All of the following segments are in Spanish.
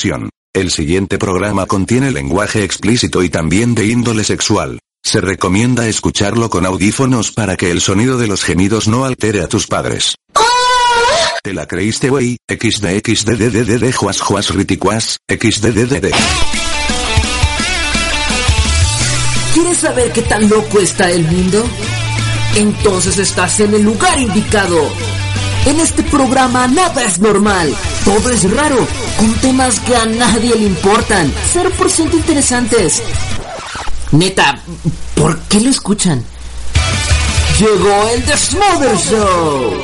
Atención. El siguiente programa contiene lenguaje explícito y también de índole sexual. Se recomienda escucharlo con audífonos para que el sonido de los gemidos no altere a tus padres. ¿Te la creíste, wey? XDXDDDD juas juas riticuas, XDDDD. ¿Quieres saber qué tan loco está el mundo? Entonces estás en el lugar indicado. En este programa nada es normal, todo es raro, con temas que a nadie le importan, 0% interesantes. Neta, ¿por qué lo escuchan? Llegó el The Smother Show.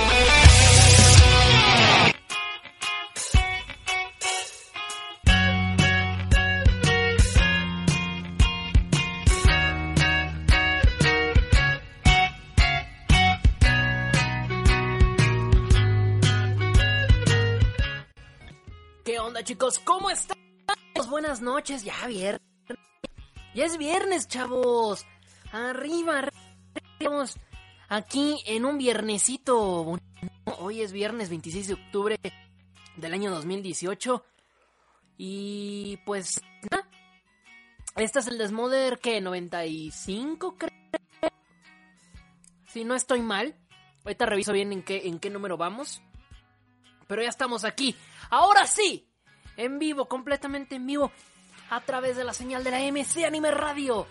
¿Qué onda, chicos? ¿Cómo están? Buenas noches, ya viernes. Ya es viernes, chavos. Arriba. Estamos aquí en un viernesito. Hoy es viernes 26 de octubre del año 2018. Y pues nada. Este es el Desmother, ¿qué? 95, creo. Si no estoy mal. Ahorita reviso bien en qué número vamos. Pero ya estamos aquí. Ahora sí. En vivo, completamente en vivo. A través de la señal de la MC Anime Radio.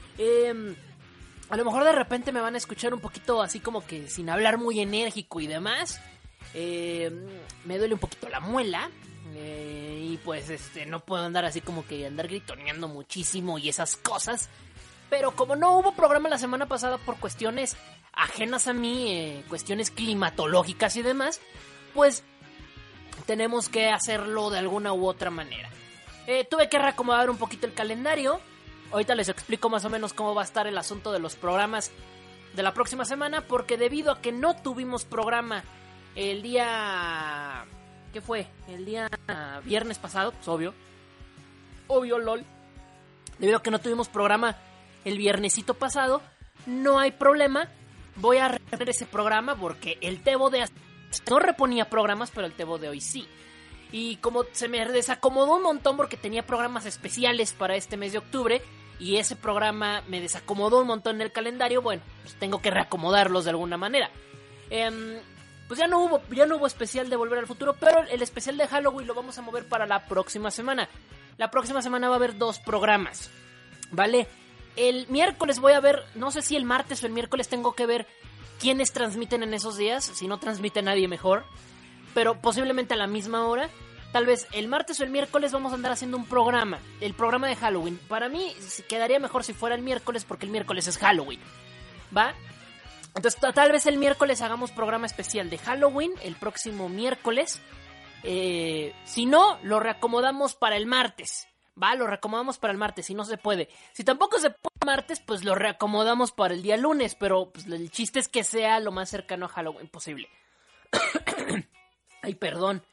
A lo mejor de repente me van a escuchar un poquito así como que sin hablar muy enérgico y demás. Me duele un poquito la muela. Y pues no puedo andar así como que andar gritoneando muchísimo y esas cosas. Pero como no hubo programa la semana pasada por cuestiones ajenas a mí, cuestiones climatológicas y demás, pues tenemos que hacerlo de alguna u otra manera. Tuve que reacomodar un poquito el calendario. Ahorita les explico más o menos cómo va a estar el asunto de los programas de la próxima semana, porque debido a que no tuvimos programa el día... ¿Qué fue? El día viernes pasado, pues obvio, lol. Debido a que no tuvimos programa el viernesito pasado, no hay problema. Voy a reponer ese programa porque el Tebo de... no reponía programas, pero el Tebo de hoy sí. Y como se me desacomodó un montón porque tenía programas especiales para este mes de octubre y ese programa me desacomodó un montón en el calendario, bueno, pues tengo que reacomodarlos de alguna manera. Pues ya no hubo especial de Volver al Futuro, pero el especial de Halloween lo vamos a mover para la próxima semana. La próxima semana va a haber 2 programas, ¿vale? El miércoles voy a ver, no sé si el martes o el miércoles tengo que ver quiénes transmiten en esos días. Si no transmite nadie, mejor. Pero posiblemente a la misma hora. Tal vez el martes o el miércoles vamos a andar haciendo un programa. El programa de Halloween. Para mí quedaría mejor si fuera el miércoles, porque el miércoles es Halloween, ¿va? Entonces tal vez el miércoles hagamos programa especial de Halloween. El próximo miércoles. Si no, lo reacomodamos para el martes, ¿va? Lo reacomodamos para el martes, si no se puede. Si tampoco se puede el martes, pues lo reacomodamos para el día lunes. Pero pues, el chiste es que sea lo más cercano a Halloween posible. Ay, perdón.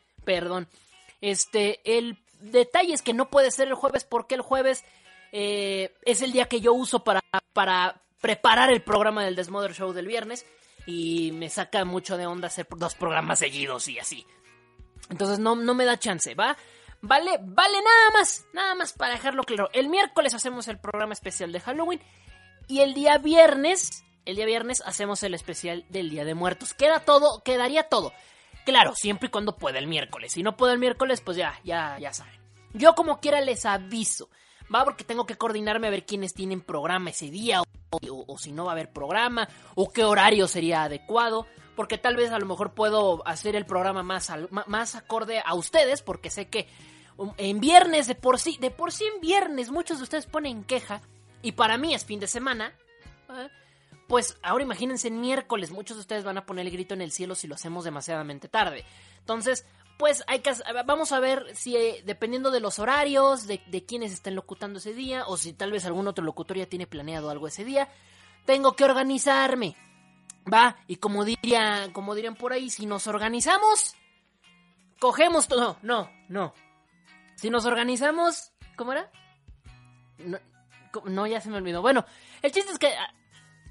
El detalle es que no puede ser el jueves porque el jueves es el día que yo uso para preparar el programa del Desmother Show del viernes. Y me saca mucho de onda hacer 2 programas seguidos y así. Entonces no me da chance, ¿va? Vale, nada más para dejarlo claro. El miércoles hacemos el programa especial de Halloween. Y el día viernes hacemos el especial del Día de Muertos. Quedaría todo. Claro, siempre y cuando pueda el miércoles. Si no puedo el miércoles, pues ya saben. Yo como quiera les aviso, ¿va? Porque tengo que coordinarme a ver quiénes tienen programa ese día. O si no va a haber programa. O qué horario sería adecuado. Porque tal vez a lo mejor puedo hacer el programa más acorde a ustedes. Porque sé que en viernes, de por sí en viernes muchos de ustedes ponen queja. Y para mí es fin de semana. Pues ahora imagínense en miércoles, muchos de ustedes van a poner el grito en el cielo si lo hacemos demasiadamente tarde. Entonces, pues vamos a ver si dependiendo de los horarios, de quienes estén locutando ese día, o si tal vez algún otro locutor ya tiene planeado algo ese día, tengo que organizarme, ¿va? Y como dirían por ahí, si nos organizamos, cogemos todo. No. Si nos organizamos, ¿cómo era? No, ya se me olvidó. Bueno, el chiste es que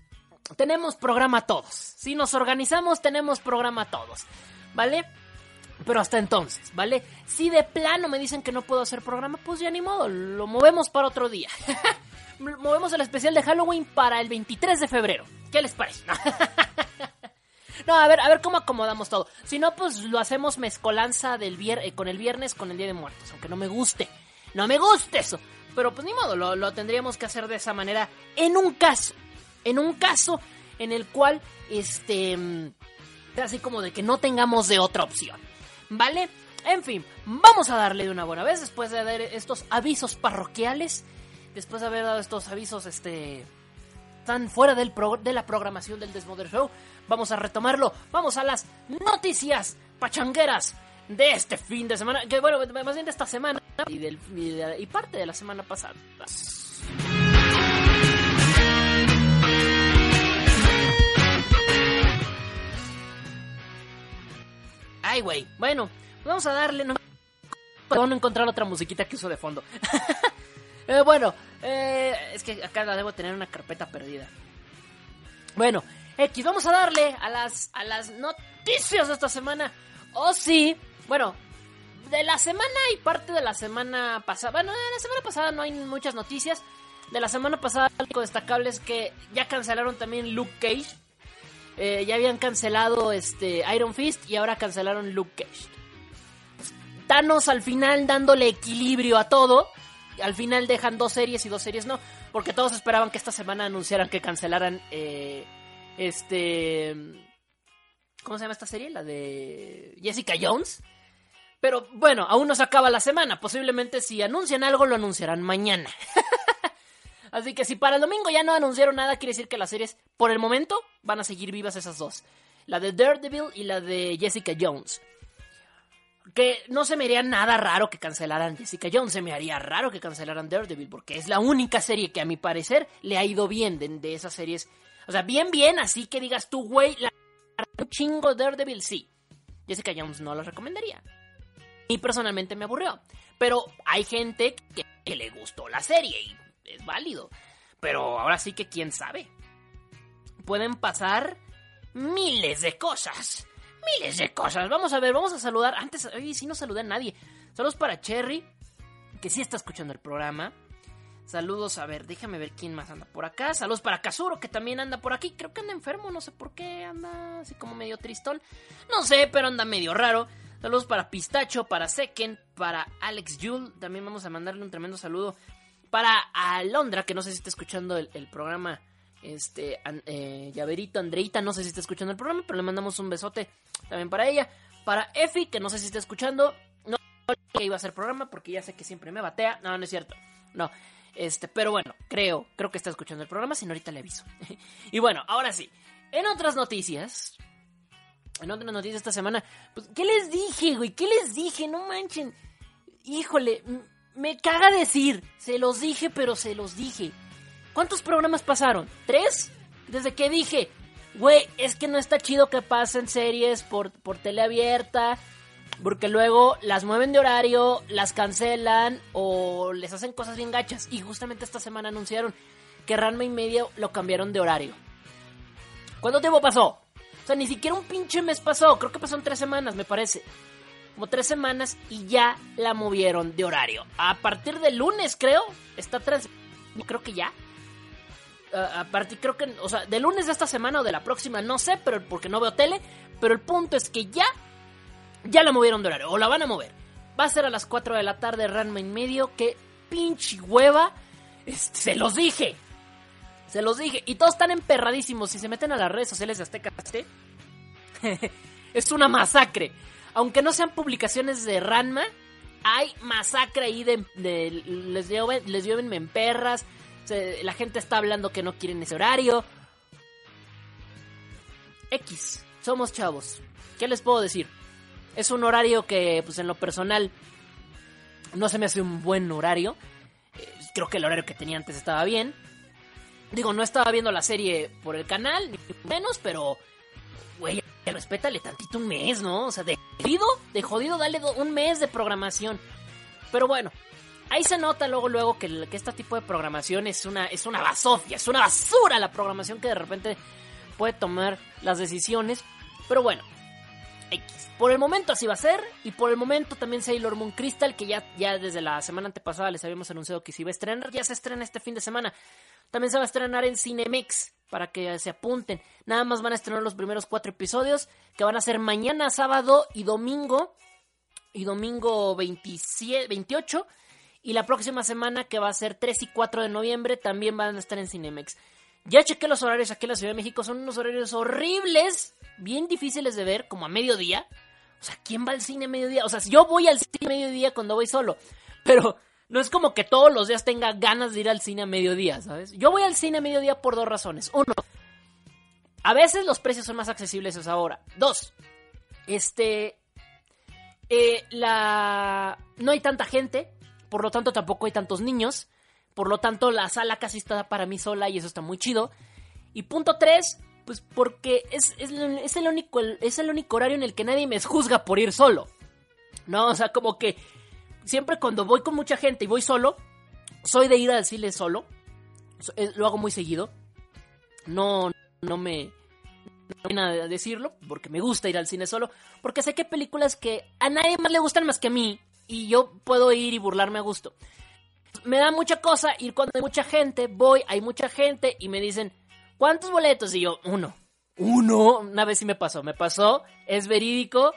tenemos programa todos. Si nos organizamos, tenemos programa todos, ¿vale? Pero hasta entonces, ¿vale? Si de plano me dicen que no puedo hacer programa, pues ya ni modo, lo movemos para otro día. Movemos el especial de Halloween para el 23 de febrero. ¿Qué les parece? No, a ver cómo acomodamos todo. Si no, pues lo hacemos mezcolanza con el viernes con el Día de Muertos. Aunque no me guste. No me guste eso. Pero pues ni modo, lo tendríamos que hacer de esa manera. En un caso en el cual, así como de que no tengamos de otra opción. ¿Vale? En fin, vamos a darle de una buena vez después de dar estos avisos parroquiales. Después de haber dado estos avisos, tan fuera de la programación del Desmother Show. Vamos a retomarlo. Vamos a las noticias pachangueras de este fin de semana. Que bueno, más bien de esta semana y parte de la semana pasada. Ay, güey. Bueno, vamos a darle... Vamos a encontrar otra musiquita que uso de fondo. Bueno, es que acá la debo tener en una carpeta perdida. Bueno, vamos a darle a las noticias de esta semana. Oh, sí. Bueno, de la semana y parte de la semana pasada. Bueno, de la semana pasada no hay muchas noticias. De la semana pasada, lo único destacable es que ya cancelaron también Luke Cage. Ya habían cancelado Iron Fist y ahora cancelaron Luke Cage. Thanos al final dándole equilibrio a todo. Al final dejan 2 series y 2 series no. Porque todos esperaban que esta semana anunciaran que cancelaran ¿cómo se llama esta serie? La de Jessica Jones. Pero bueno, aún no se acaba la semana. Posiblemente si anuncian algo lo anunciarán mañana. Así que si para el domingo ya no anunciaron nada, quiere decir que las series, por el momento, van a seguir vivas esas 2. La de Daredevil y la de Jessica Jones. Que no se me haría nada raro que cancelaran Jessica Jones. Se me haría raro que cancelaran Daredevil, porque es la única serie que a mi parecer le ha ido bien de esas series. O sea, bien, así que digas tú, güey, un chingo Daredevil, sí. Jessica Jones no lo recomendaría. Y personalmente me aburrió. Pero hay gente que le gustó la serie y es válido. Pero ahora sí que quién sabe. Pueden pasar miles de cosas. Vamos a ver, vamos a saludar. Antes, sí no saludé a nadie. Saludos para Cherry, que sí está escuchando el programa. Saludos, a ver, déjame ver quién más anda por acá. Saludos para Kazuro, que también anda por aquí. Creo que anda enfermo, no sé por qué. Anda así como medio tristón. No sé, pero anda medio raro. Saludos para Pistacho, para Seken, para Alex Yul. También vamos a mandarle un tremendo saludo para Alondra, que no sé si está escuchando el programa. Llaverito, Andreita, no sé si está escuchando el programa, pero le mandamos un besote también para ella. Para Efi, que no sé si está escuchando. No que iba a hacer programa porque ya sé que siempre me batea. No es cierto. No. Pero bueno, creo que está escuchando el programa, si no ahorita le aviso. Y bueno, ahora sí. En otras noticias esta semana, pues, ¿qué les dije, güey? ¿Qué les dije? No manchen. Híjole, me caga decir. Se los dije, pero se los dije. ¿Cuántos programas pasaron? ¿3? Desde que dije, güey, es que no está chido que pasen series por tele abierta, porque luego las mueven de horario, las cancelan o les hacen cosas bien gachas. Y justamente esta semana anunciaron que Ranma y medio lo cambiaron de horario. ¿Cuánto tiempo pasó? O sea, ni siquiera un pinche mes pasó. Creo que pasaron 3 semanas, me parece. Como 3 semanas y ya la movieron de horario. A partir del lunes, creo, creo que ya. A partir, creo que, o sea, del lunes de esta semana o de la próxima, no sé, pero porque no veo tele. Pero el punto es que ya la movieron de horario, o la van a mover. Va a ser a las 4 de la tarde, Ranma y medio. Que pinche hueva. Se los dije. Y todos están emperradísimos. Si se meten a las redes sociales de Azteca, es una masacre. Aunque no sean publicaciones de Ranma, hay masacre ahí les llueven en perras. La gente está hablando que no quieren ese horario. Somos chavos. ¿Qué les puedo decir? Es un horario que, pues en lo personal, no se me hace un buen horario. Creo que el horario que tenía antes estaba bien. Digo, no estaba viendo la serie por el canal, ni menos, pero, güey, respétale tantito un mes, ¿no? O sea, de jodido, dale un mes de programación. Pero bueno, ahí se nota luego que este tipo de programación es una basofia, es una basura la programación que de repente puede tomar las decisiones. Pero bueno, X. Por el momento así va a ser. Y por el momento también Sailor Moon Crystal, que ya desde la semana antepasada les habíamos anunciado que se iba a estrenar. Ya se estrena este fin de semana. También se va a estrenar en Cinemex, para que se apunten. Nada más van a estrenar los primeros 4 episodios, que van a ser mañana, sábado y domingo. Y domingo 28. Y la próxima semana, que va a ser 3 y 4 de noviembre, también van a estar en Cinemex. Ya chequé los horarios aquí en la Ciudad de México. Son unos horarios horribles, bien difíciles de ver, como a mediodía. O sea, ¿quién va al cine a mediodía? O sea, yo voy al cine a mediodía cuando voy solo. Pero no es como que todos los días tenga ganas de ir al cine a mediodía, ¿sabes? Yo voy al cine a mediodía por 2 razones. 1, a veces los precios son más accesibles a esa hora. 2, no hay tanta gente, por lo tanto tampoco hay tantos niños. Por lo tanto, la sala casi está para mí sola y eso está muy chido. Y punto 3, pues porque es el único horario en el que nadie me juzga por ir solo. No, o sea, como que siempre cuando voy con mucha gente y voy solo, soy de ir al cine solo. Lo hago muy seguido. No me pena decirlo, porque me gusta ir al cine solo. Porque sé que hay películas que a nadie más le gustan más que a mí. Y yo puedo ir y burlarme a gusto. Me da mucha cosa ir cuando hay mucha gente. Hay mucha gente y me dicen, ¿cuántos boletos? Y yo, uno. Una vez sí me pasó, es verídico,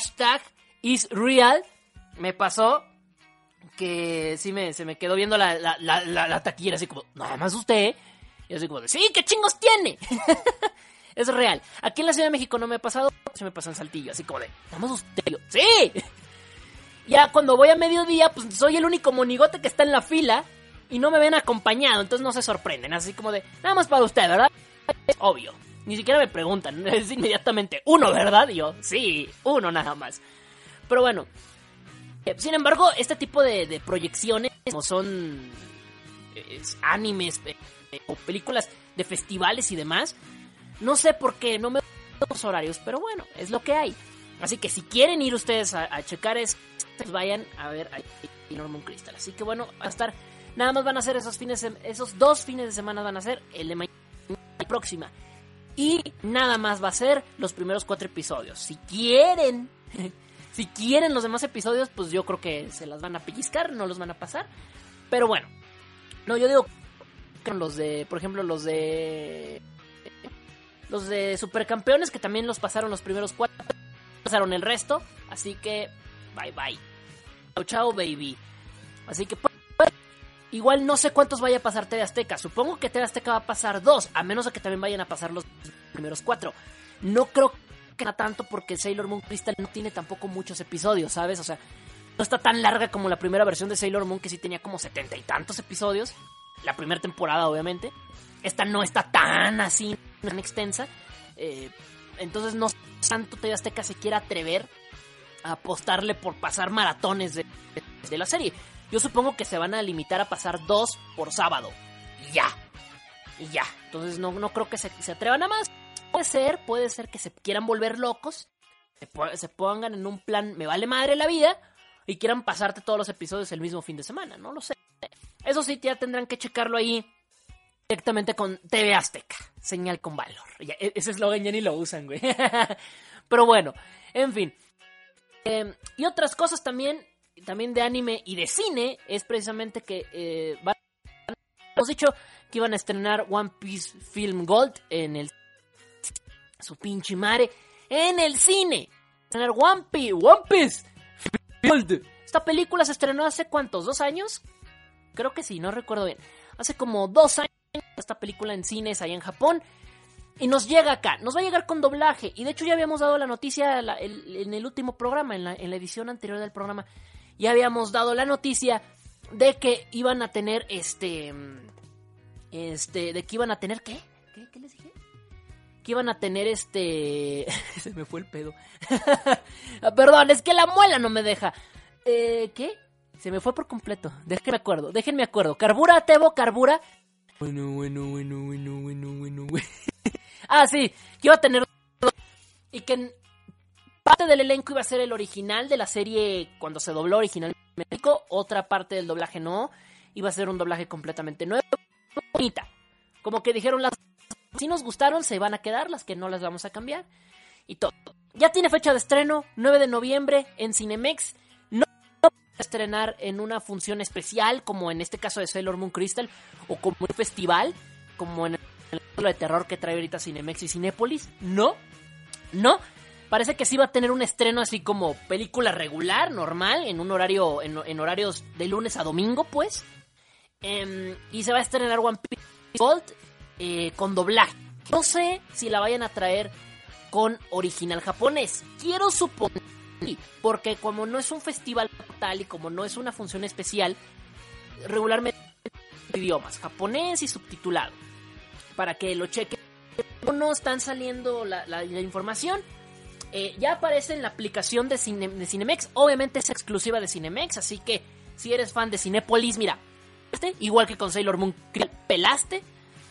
#isreal. Me pasó que sí se me quedó viendo la taquillera así como, nada más usted. Y así como, sí, ¿qué chingos tiene? Es real. Aquí en la Ciudad de México no me ha pasado, se me pasó en Saltillo, así como de, nada más usted. Yo, sí. Ya cuando voy a mediodía, pues soy el único monigote que está en la fila y no me ven acompañado, entonces no se sorprenden, así como de, nada más para usted, ¿verdad? Es obvio, ni siquiera me preguntan, es inmediatamente, uno, ¿verdad? Y yo, sí, uno nada más. Pero bueno, sin embargo, este tipo de proyecciones, como son animes o películas de festivales y demás, no sé por qué, no me gustan los horarios, pero bueno, es lo que hay. Así que si quieren ir ustedes a checar eso, pues vayan a ver a Sailor Moon Crystal. Así que bueno, va a estar, nada más van a ser esos 2 fines de semana van a ser el de mañana y la próxima. Y nada más va a ser los primeros 4 episodios. Si quieren los demás episodios, pues yo creo que se las van a pellizcar, no los van a pasar. Pero bueno, no, yo digo que los de, por ejemplo, los de Supercampeones, que también los pasaron los primeros 4, pasaron el resto, así que bye bye. Chao, chao, baby. Así que igual no sé cuántos vaya a pasar TV Azteca. Supongo que TV Azteca va a pasar 2, a menos de que también vayan a pasar los primeros 4. No creo que sea tanto porque Sailor Moon Crystal no tiene tampoco muchos episodios, ¿sabes? O sea, no está tan larga como la primera versión de Sailor Moon, que sí tenía como 70 y tantos episodios. La primera temporada, obviamente. Esta no está tan así, tan extensa. Entonces no tanto TV Azteca se quiera atrever a apostarle por pasar maratones de la serie. Yo supongo que se van a limitar a pasar 2 por sábado. Y ya. Entonces no creo que se atrevan a más. Puede ser que se quieran volver locos, se pongan en un plan me vale madre la vida y quieran pasarte todos los episodios el mismo fin de semana. No lo sé. Eso sí, ya tendrán que checarlo ahí directamente con TV Azteca, señal con valor. Ya, ese eslogan ya ni lo usan, güey. Pero bueno, en fin. Y otras cosas también de anime y de cine, es precisamente que hemos dicho que iban a estrenar One Piece Film Gold en el su pinche madre en el cine. Estrenar One Piece Film Gold. Esta película se estrenó hace ¿cuántos? ¿2 años? Creo que sí, no recuerdo bien. Hace como 2 años esta película en cines allá en Japón. Y nos llega acá, nos va a llegar con doblaje. Y de hecho ya habíamos dado la noticia en el último programa, en la edición anterior del programa. Ya habíamos dado la noticia de que iban a tener de que iban a tener, ¿qué? ¿Qué les dije? Que iban a tener se me fue el pedo. Perdón, es que la muela no me deja. ¿Qué? Se me fue por completo. Déjenme acuerdo. Carbura, Tebo, carbura. Bueno. Ah, sí, que iba a tener... Y que parte del elenco iba a ser el original de la serie cuando se dobló originalmente en México. Otra parte del doblaje no. Iba a ser un doblaje completamente nuevo. Bonita. Como que dijeron, las si nos gustaron se van a quedar, las que no las vamos a cambiar. Y todo. Ya tiene fecha de estreno, 9 de noviembre en Cinemex. No va a estrenar en una función especial, como en este caso de Sailor Moon Crystal, o como un festival, como en el de terror que trae ahorita Cinemex y Cinépolis. No. Parece que sí va a tener un estreno así como película regular, normal, en un horario, en horarios de lunes a domingo, pues. Y se va a estrenar One Piece Gold con doblaje. No sé si la vayan a traer con original japonés. Quiero suponer, porque como no es un festival tal y como no es una función especial, regularmente idiomas, japonés y subtitulado, para que lo chequen. No están saliendo la información. Ya aparece en la aplicación de Cinemex. Obviamente es exclusiva de Cinemex, así que si eres fan de Cinépolis, mira, igual que con Sailor Moon, pelaste.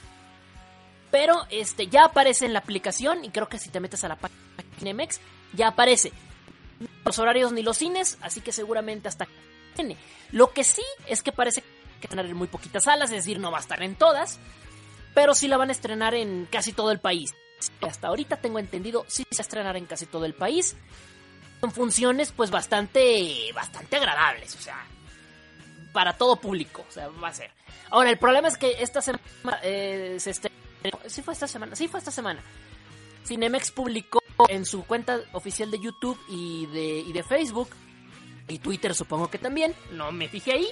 Pero ya aparece en la aplicación, y creo que si te metes a la página de Cinemex, ya aparece. Los horarios ni los cines, así que seguramente hasta tiene. Lo que sí es que parece que van a tener muy poquitas salas, es decir, no va a estar en todas, pero sí la van a estrenar en casi todo el país. Hasta ahorita tengo entendido, sí se va a estrenar en casi todo el país. Son funciones pues bastante agradables, o sea, para todo público, o sea, va a ser. Ahora, el problema es que esta semana se estrenó. Sí fue esta semana. Cinemex publicó en su cuenta oficial de YouTube y de Facebook, y Twitter supongo que también, no me fijé ahí,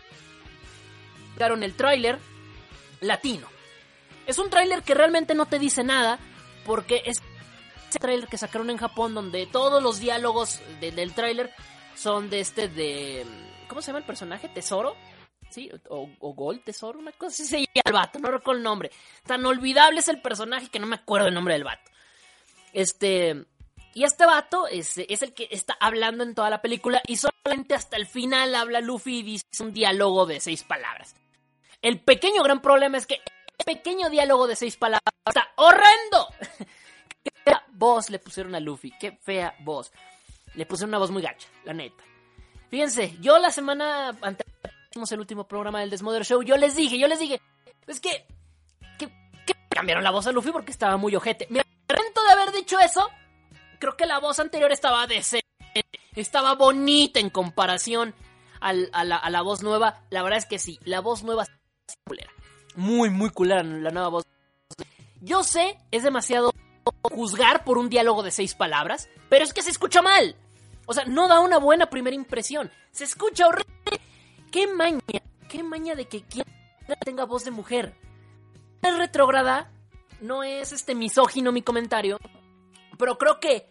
sacaron el tráiler latino. Es un tráiler que realmente no te dice nada, porque es ese tráiler que sacaron en Japón, donde todos los diálogos del tráiler son de ¿cómo se llama el personaje? ¿Tesoro? Sí, o Gold, Tesoro, una cosa así se llama el vato, no recuerdo el nombre. Tan olvidable es el personaje que no me acuerdo el nombre del vato. Y este vato es el que está hablando en toda la película, y solamente hasta el final habla Luffy y dice un diálogo de 6 palabras. El pequeño gran problema es que el pequeño diálogo de 6 palabras está horrendo. Qué fea voz le pusieron a Luffy, qué fea voz. Le pusieron una voz muy gacha, la neta. Fíjense, yo la semana anterior, el último programa del Desmother Show, yo les dije, es que cambiaron la voz a Luffy porque estaba muy ojete. Me arrepiento de haber dicho eso. Creo que la voz anterior estaba decente, estaba bonita en comparación a la voz nueva. La verdad es que sí, la voz nueva es culera, muy culera la nueva voz. Yo sé, es demasiado juzgar por un diálogo de 6 palabras, pero es que se escucha mal. O sea, no da una buena primera impresión. Se escucha horrible. Qué maña de que quien tenga voz de mujer. No es retrógrada, no es misógino mi comentario, pero creo que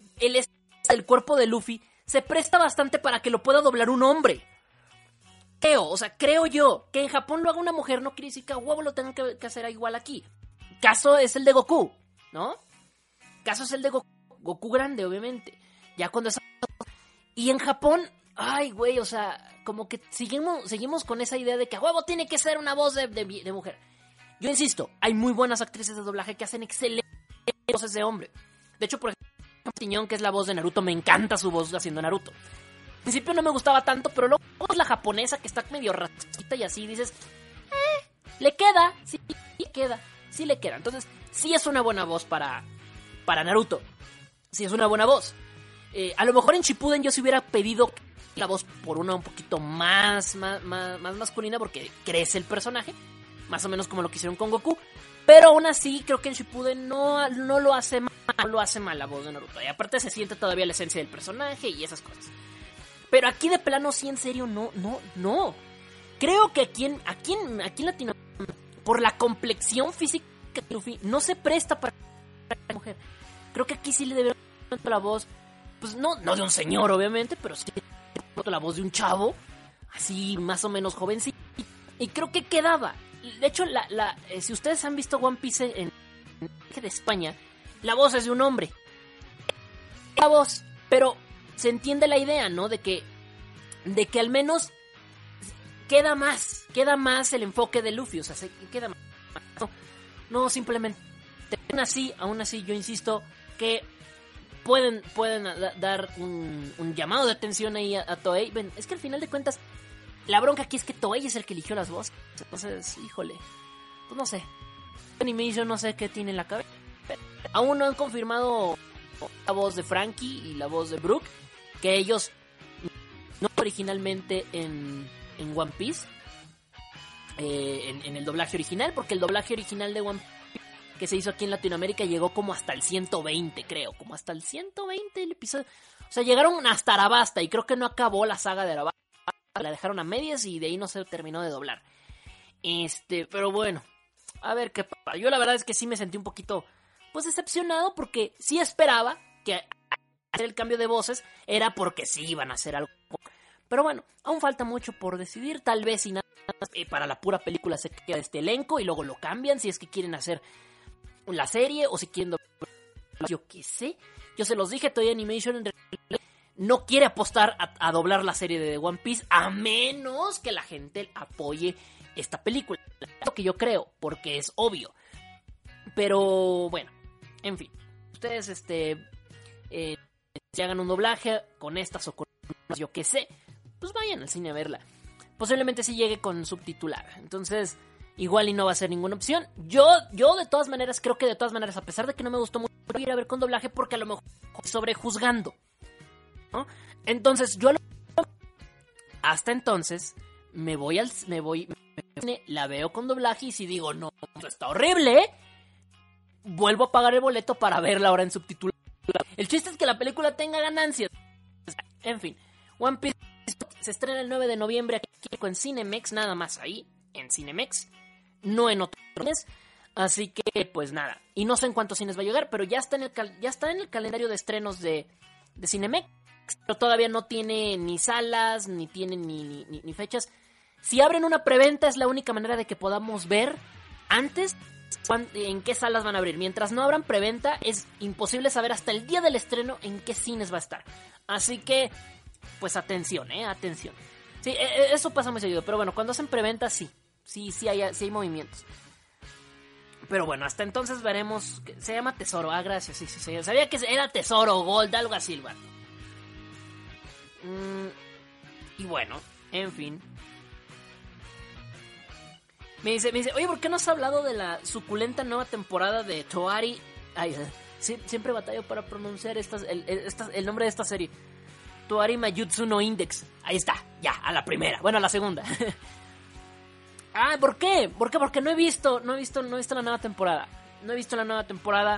el cuerpo de Luffy se presta bastante para que lo pueda doblar un hombre. Creo yo que en Japón lo haga una mujer, no quiere decir que a huevo lo tengan que hacer igual aquí. Caso es el de Goku, ¿no? Caso es el de Goku grande, obviamente. Ya cuando es... Y en Japón, ay, güey, o sea, como que seguimos con esa idea de que a huevo tiene que ser una voz de mujer. Yo insisto, hay muy buenas actrices de doblaje que hacen excelentes voces de hombre. De hecho, por ejemplo, Tiñón, que es la voz de Naruto, me encanta su voz haciendo Naruto. Al principio no me gustaba tanto, pero luego es la japonesa que está medio rasquita y así dices, le queda, sí le queda. Entonces, sí es una buena voz para Naruto. Sí es una buena voz. A lo mejor en Shippuden yo sí hubiera pedido la voz por una un poquito más masculina, porque crece el personaje, más o menos como lo que hicieron con Goku. Pero aún así creo que en Shippuden no lo hace mal la voz de Naruto. Y aparte se siente todavía la esencia del personaje y esas cosas. Pero aquí de plano sí, en serio, no. Creo que aquí en Latinoamérica, por la complexión física de Luffy, no se presta para la mujer. Creo que aquí sí le debe la voz, pues no de un señor obviamente, pero sí la voz de un chavo, así más o menos jovencito. Y creo que quedaba. De hecho, si ustedes han visto One Piece en de España, la voz es de un hombre. La voz, pero se entiende la idea, ¿no? De que al menos queda más el enfoque de Luffy, o sea, se queda más. No simplemente. Aún así, yo insisto que pueden dar un llamado de atención ahí a Toei. Ven, es que al final de cuentas, la bronca aquí es que Toei es el que eligió las voces. Entonces, híjole, pues no sé. Animation no sé qué tiene en la cabeza. Aún no han confirmado la voz de Frankie y la voz de Brooke, que ellos no originalmente en One Piece, en el doblaje original, porque el doblaje original de One Piece que se hizo aquí en Latinoamérica llegó como hasta el 120, creo, como hasta el 120 el episodio. O sea, llegaron hasta Arabasta y creo que no acabó la saga de Arabasta, la dejaron a medias y de ahí no se terminó de doblar. Pero bueno, a ver qué pasa. Yo la verdad es que sí me sentí un poquito, pues, decepcionado, porque sí esperaba que hacer el cambio de voces era porque sí iban a hacer algo. Pero bueno, aún falta mucho por decidir. Tal vez si nada más, para la pura película se queda este elenco y luego lo cambian si es que quieren hacer la serie o si quieren doblar. Yo qué sé. Yo se los dije, Toei Animation en realidad no quiere apostar a doblar la serie de One Piece a menos que la gente apoye esta película. Es lo que yo creo, porque es obvio. Pero bueno, en fin. Ustedes si hagan un doblaje con estas o con yo qué sé, pues vayan al cine a verla. Posiblemente sí llegue con subtitular. Entonces, igual y no va a ser ninguna opción. Yo de todas maneras, creo que de todas maneras, a pesar de que no me gustó mucho, voy a ir a ver con doblaje porque a lo mejor estoy sobrejuzgando, ¿no? Entonces, hasta entonces, la veo con doblaje y si digo, no, esto está horrible, vuelvo a pagar el boleto para verla ahora en subtitular. El chiste es que la película tenga ganancias. En fin, One Piece se estrena el 9 de noviembre aquí en Cinemex, nada más ahí, en Cinemex, no en otros cines. Así que, pues nada, y no sé en cuántos cines va a llegar, pero ya está en el calendario de estrenos de Cinemex, pero todavía no tiene ni salas, ni tiene ni fechas. Si abren una preventa es la única manera de que podamos ver antes en qué salas van a abrir. Mientras no abran preventa es imposible saber hasta el día del estreno en qué cines va a estar. Así que, pues atención, atención. Sí, eso pasa muy seguido, pero bueno, cuando hacen preventa sí hay movimientos. Pero bueno, hasta entonces veremos. Se llama Tesoro, gracias, sí, sabía que era Tesoro o Gold, algo así, el vato. Y bueno, en fin. Me dice, oye, ¿por qué no has hablado de la suculenta nueva temporada de Toari? Ay, siempre batallo para pronunciar el nombre de esta serie. Toari Mayutsu no Index. Ahí está, ya, a la primera. Bueno, a la segunda. ¿Por qué? Porque no he visto la nueva temporada. No he visto la nueva temporada.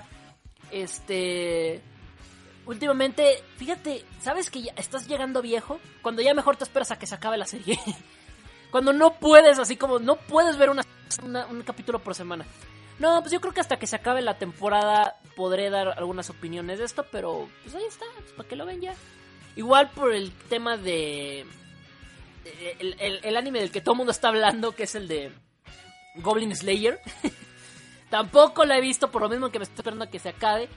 Últimamente, fíjate, ¿sabes que ya estás llegando viejo? Cuando ya mejor te esperas a que se acabe la serie. Cuando no puedes, así como no puedes ver un capítulo por semana. No, pues yo creo que hasta que se acabe la temporada podré dar algunas opiniones de esto, pero pues ahí está, pues para que lo ven ya. Igual por el tema de el anime del que todo el mundo está hablando, que es el de Goblin Slayer. Tampoco la he visto, por lo mismo que me estoy esperando a que se acabe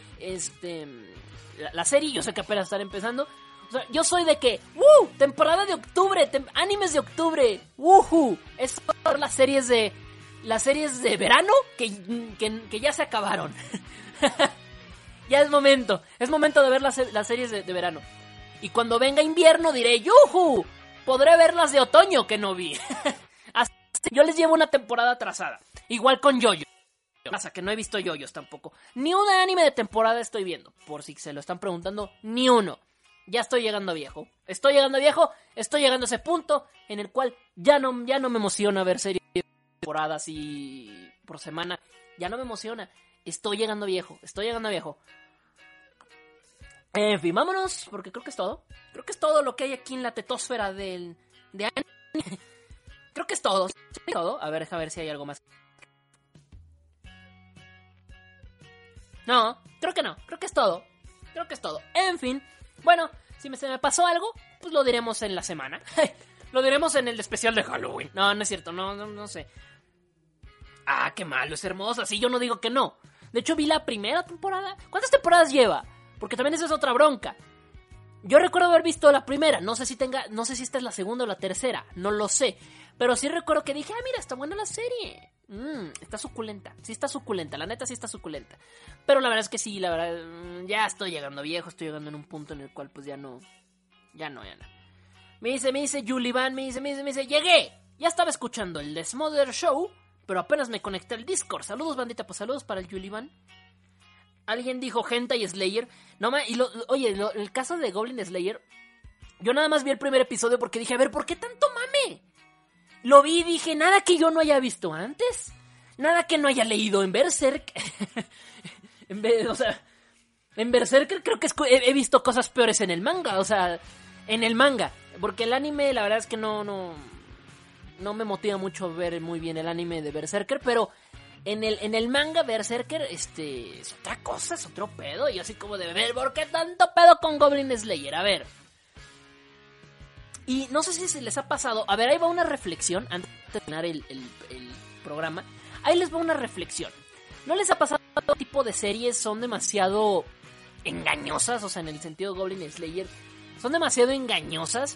la serie. Yo sé que apenas están empezando. O sea, yo soy de que temporada de octubre, animes de octubre, es por las series de verano que ya se acabaron. Ya es momento de ver las series de verano. Y cuando venga invierno diré, ¡yujú! Podré ver las de otoño que no vi. Así, yo les llevo una temporada atrasada. Igual con JoJo. Pasa que no he visto JoJo's tampoco. Ni un anime de temporada estoy viendo. Por si se lo están preguntando, ni uno. Ya estoy llegando viejo. Estoy llegando a ese punto en el cual ya no me emociona ver series de temporada así por semana. Ya no me emociona. Estoy llegando viejo. En fin, vámonos, porque creo que es todo. Creo que es todo lo que hay aquí en la tetosfera de anime. Creo que es todo. A ver, deja ver si hay algo más. No, creo que no. Creo que es todo. En fin, bueno, si se me pasó algo, pues lo diremos en la semana. Lo diremos en el especial de Halloween. No es cierto, no sé. Qué malo, es hermosa. Sí, yo no digo que no. De hecho, vi la primera temporada. ¿Cuántas temporadas lleva? Porque también esa es otra bronca. Yo recuerdo haber visto la primera. No sé si esta es la segunda o la tercera. No lo sé. Pero sí recuerdo que dije, mira, está buena la serie. Está suculenta. Sí está suculenta. La neta sí está suculenta. Pero la verdad es que sí, la verdad, ya estoy llegando viejo. Estoy llegando en un punto en el cual pues ya no. Me dice Julivan, me dice, llegué. Ya estaba escuchando el The Smother Show, pero apenas me conecté al Discord. Saludos, bandita, pues saludos para el Julivan. alguien dijo Hentai Slayer. No, el caso de Goblin Slayer, yo nada más vi el primer episodio porque dije, a ver, ¿por qué tanto mame? Lo vi y dije, nada que yo no haya visto antes. Nada que no haya leído en Berserk. O sea, en Berserk creo que he visto cosas peores en el manga. O sea, en el manga. Porque el anime, la verdad es que no me motiva mucho ver muy bien el anime de Berserker. Pero en el manga Berserker, es otra cosa, es otro pedo. Y así como de ver, ¿por qué tanto pedo con Goblin Slayer? A ver. Y no sé si se les ha pasado. A ver, ahí va una reflexión. Antes de terminar el programa, ahí les va una reflexión. ¿No les ha pasado que todo tipo de series son demasiado engañosas? O sea, en el sentido de Goblin Slayer, son demasiado engañosas.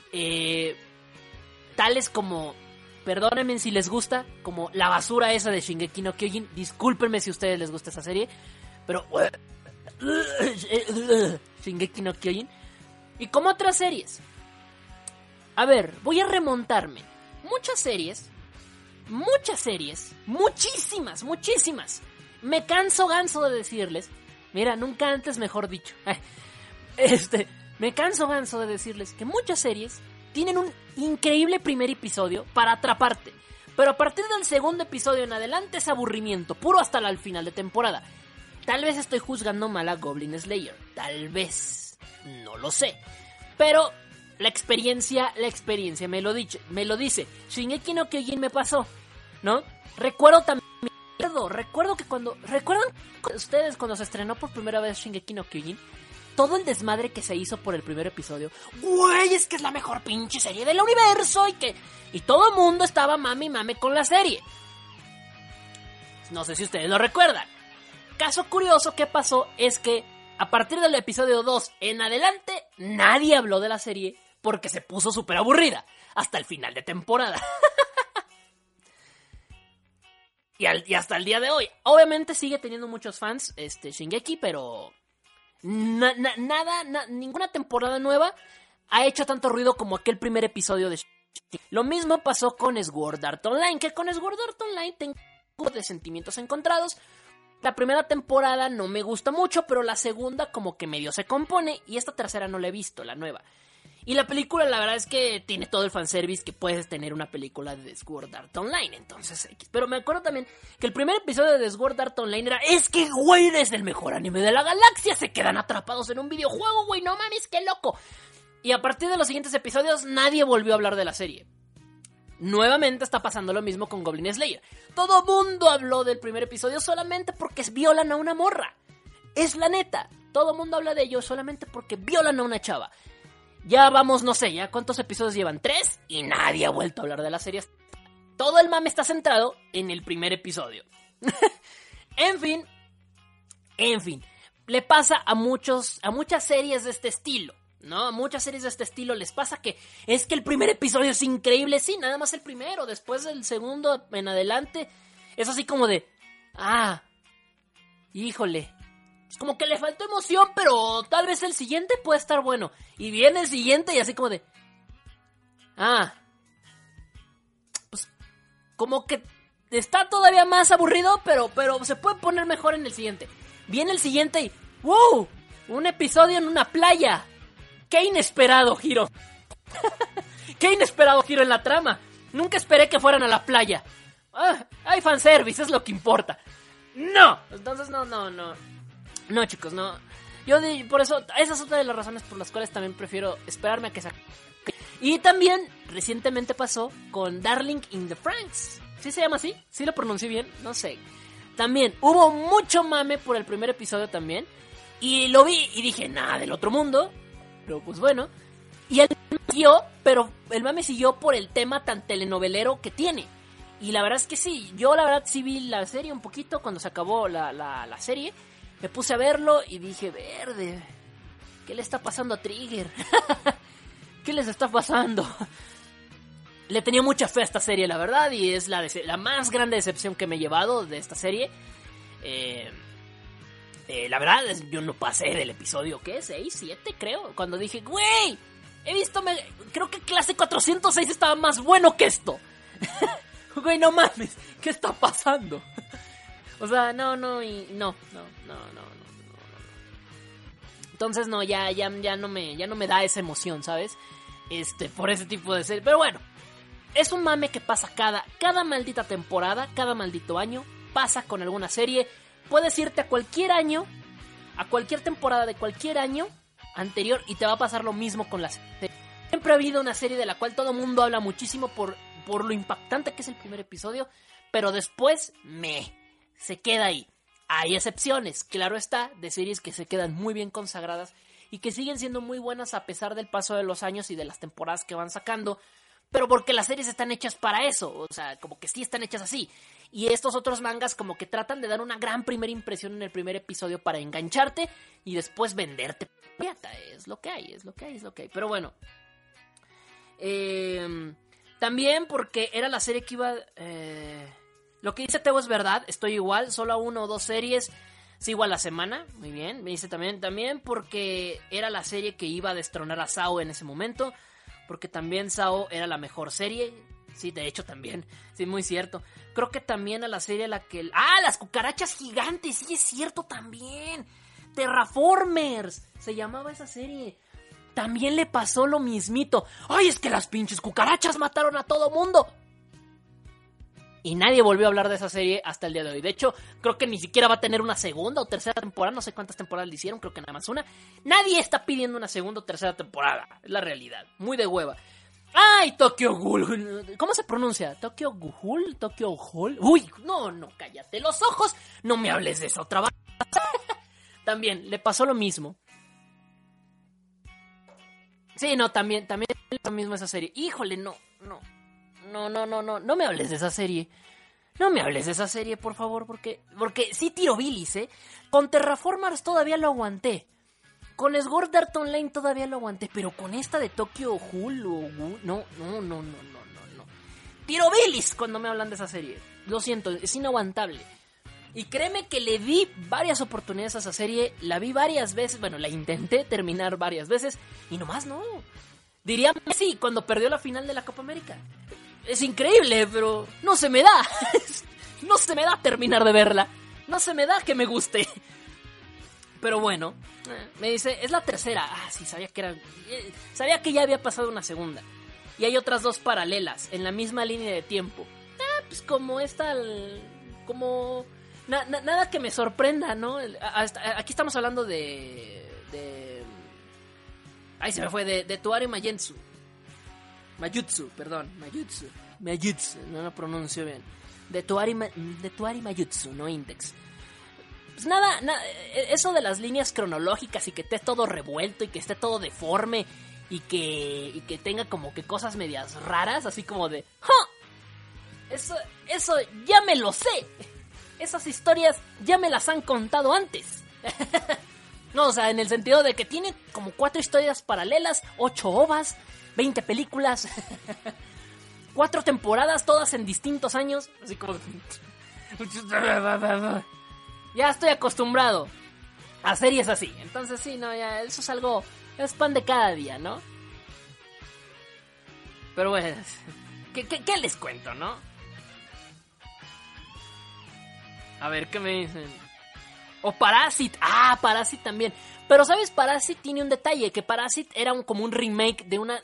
Tales como, perdónenme si les gusta, como la basura esa de Shingeki no Kyojin. Discúlpenme si a ustedes les gusta esa serie, pero Shingeki no Kyojin. Y como otras series. A ver, voy a remontarme. Muchas series, muchísimas. Me canso ganso de decirles, mira, nunca antes mejor dicho. Me canso ganso de decirles que muchas series tienen un increíble primer episodio para atraparte. Pero a partir del segundo episodio en adelante es aburrimiento puro hasta el final de temporada. Tal vez estoy juzgando mal a Goblin Slayer. Tal vez. No lo sé. Pero la experiencia me lo dice. Shingeki no Kyojin me pasó, ¿no? Recuerdan que ¿recuerdan ustedes cuando se estrenó por primera vez Shingeki no Kyojin? Todo el desmadre que se hizo por el primer episodio. Güey, es que es la mejor pinche serie del universo. Y todo el mundo estaba mame con la serie. No sé si ustedes lo recuerdan. Caso curioso que pasó es que a partir del episodio 2 en adelante, nadie habló de la serie porque se puso súper aburrida hasta el final de temporada. y hasta el día de hoy. Obviamente sigue teniendo muchos fans Shingeki, pero ninguna temporada nueva ha hecho tanto ruido como aquel primer episodio de Shingeki. Lo mismo pasó con Sword Art Online, que con Sword Art Online tengo de sentimientos encontrados. La primera temporada no me gusta mucho, pero la segunda como que medio se compone, y esta tercera no la he visto, la nueva. Y la película, la verdad es que tiene todo el fanservice que puedes tener una película de Sword Art Online, entonces pero me acuerdo también que el primer episodio de Sword Art Online era, es que güey, es el mejor anime de la galaxia, se quedan atrapados en un videojuego, güey, no mames, qué loco. Y a partir de los siguientes episodios nadie volvió a hablar de la serie. Nuevamente está pasando lo mismo con Goblin Slayer. Todo mundo habló del primer episodio solamente porque violan a una morra. Es la neta. Todo mundo habla de ello solamente porque violan a una chava. Ya vamos, no sé, ya cuántos episodios llevan, 3, y nadie ha vuelto a hablar de la serie. Todo el mame está centrado en el primer episodio. En fin, le pasa a muchas series de este estilo, ¿no? A muchas series de este estilo les pasa que es que el primer episodio es increíble, sí, nada más el primero, después del segundo en adelante es así como de, híjole, es como que le faltó emoción, pero tal vez el siguiente puede estar bueno. Y viene el siguiente y así como de, pues como que está todavía más aburrido, pero se puede poner mejor en el siguiente. Viene el siguiente y, ¡wow! Un episodio en una playa. ¡Qué inesperado giro! ¡Qué inesperado giro en la trama! Nunca esperé que fueran a la playa. Hay fanservice, es lo que importa. ¡No! Entonces no, chicos, no. Yo por eso, esa es otra de las razones por las cuales también prefiero esperarme a que se... Y también, recientemente pasó con Darling in the Franxx. ¿Sí se llama así? ¿Sí lo pronuncié bien? No sé. También, hubo mucho mame por el primer episodio también. Y lo vi y dije, nada del otro mundo. Pero pues bueno. Y el mame siguió por el tema tan telenovelero que tiene. Y la verdad es que sí, yo la verdad sí vi la serie un poquito cuando se acabó la serie. Me puse a verlo y dije, verde, ¿qué le está pasando a Trigger? ¿Qué les está pasando? Le tenía mucha fe a esta serie, la verdad, y es la más grande decepción que me he llevado de esta serie. La verdad, yo no pasé del episodio, ¿qué? 6, 7, creo. Cuando dije, güey, creo que clase 406 estaba más bueno que esto. Güey, no mames, ¿qué está pasando? O sea, no. Entonces no, ya no me da esa emoción, ¿sabes? Por ese tipo de serie. Pero bueno, es un mame que pasa cada maldita temporada, cada maldito año. Pasa con alguna serie. Puedes irte a cualquier año, a cualquier temporada de cualquier año anterior, y te va a pasar lo mismo con la serie. Siempre ha habido una serie de la cual todo el mundo habla muchísimo por lo impactante que es el primer episodio, pero después se queda ahí. Hay excepciones, claro está, de series que se quedan muy bien consagradas y que siguen siendo muy buenas a pesar del paso de los años y de las temporadas que van sacando, pero porque las series están hechas para eso, o sea, como que sí están hechas así. Y estos otros mangas como que tratan de dar una gran primera impresión en el primer episodio para engancharte y después venderte. Es lo que hay. Pero bueno, también porque era la serie que iba... Lo que dice Teo es verdad, estoy igual, solo a 1 o 2 series sigo a la semana, muy bien. Me dice también porque era la serie que iba a destronar a SAO en ese momento, porque también SAO era la mejor serie. Sí, de hecho también, sí, muy cierto. Creo que también a la serie la que... ¡Ah, las cucarachas gigantes! Sí, es cierto también. Terraformers, se llamaba esa serie. También le pasó lo mismito. ¡Ay, es que las pinches cucarachas mataron a todo mundo! Y nadie volvió a hablar de esa serie hasta el día de hoy. De hecho, creo que ni siquiera va a tener una segunda o tercera temporada. No sé cuántas temporadas le hicieron, creo que nada más una. Nadie está pidiendo una segunda o tercera temporada. Es la realidad. Muy de hueva. ¡Ay, Tokyo Ghoul! ¿Cómo se pronuncia? ¿Tokyo Ghoul? ¿Tokyo Ghoul? ¡Uy! No, cállate los ojos. No me hables de eso otra vez. También, le pasó lo mismo. Sí, no, también lo mismo esa serie. Híjole, no me hables de esa serie. No me hables de esa serie, por favor, porque sí tiro bilis, ¿eh? Con Terraformers todavía lo aguanté. Con Sword Art Online todavía lo aguanté, pero con esta de Tokyo Ghoul, no. Tiro bilis cuando me hablan de esa serie. Lo siento, es inaguantable. Y créeme que le di varias oportunidades a esa serie, la vi varias veces, bueno, la intenté terminar varias veces, y nomás no. Diría Messi cuando perdió la final de la Copa América. Es increíble, pero no se me da. No se me da terminar de verla. No se me da que me guste. Pero bueno, me dice, es la tercera. Ah, sí, sabía que ya había pasado una segunda. Y hay otras 2 paralelas, en la misma línea de tiempo. Pues como esta, como... nada que me sorprenda, ¿no? Aquí estamos hablando de... Ahí se me fue, de Toari Mayutsu. Mayutsu, no lo pronuncio bien. De Toari Mayutsu, no Index. Pues nada, eso de las líneas cronológicas y que esté todo revuelto y que esté todo deforme y que tenga como que cosas medias raras, así como de... ¡Ja! Eso ya me lo sé. Esas historias ya me las han contado antes. No, o sea, en el sentido de que tiene como 4 historias paralelas, 8 ovas, 20 películas, 4 temporadas, todas en distintos años. Así como... Ya estoy acostumbrado a series así. Entonces sí, no, ya eso es algo... Es pan de cada día, ¿no? Pero bueno, ¿qué les cuento, no? A ver, ¿qué me dicen? O Parasite. Ah, Parasite también. Pero, ¿sabes? Parasite tiene un detalle. Que Parasite era como un remake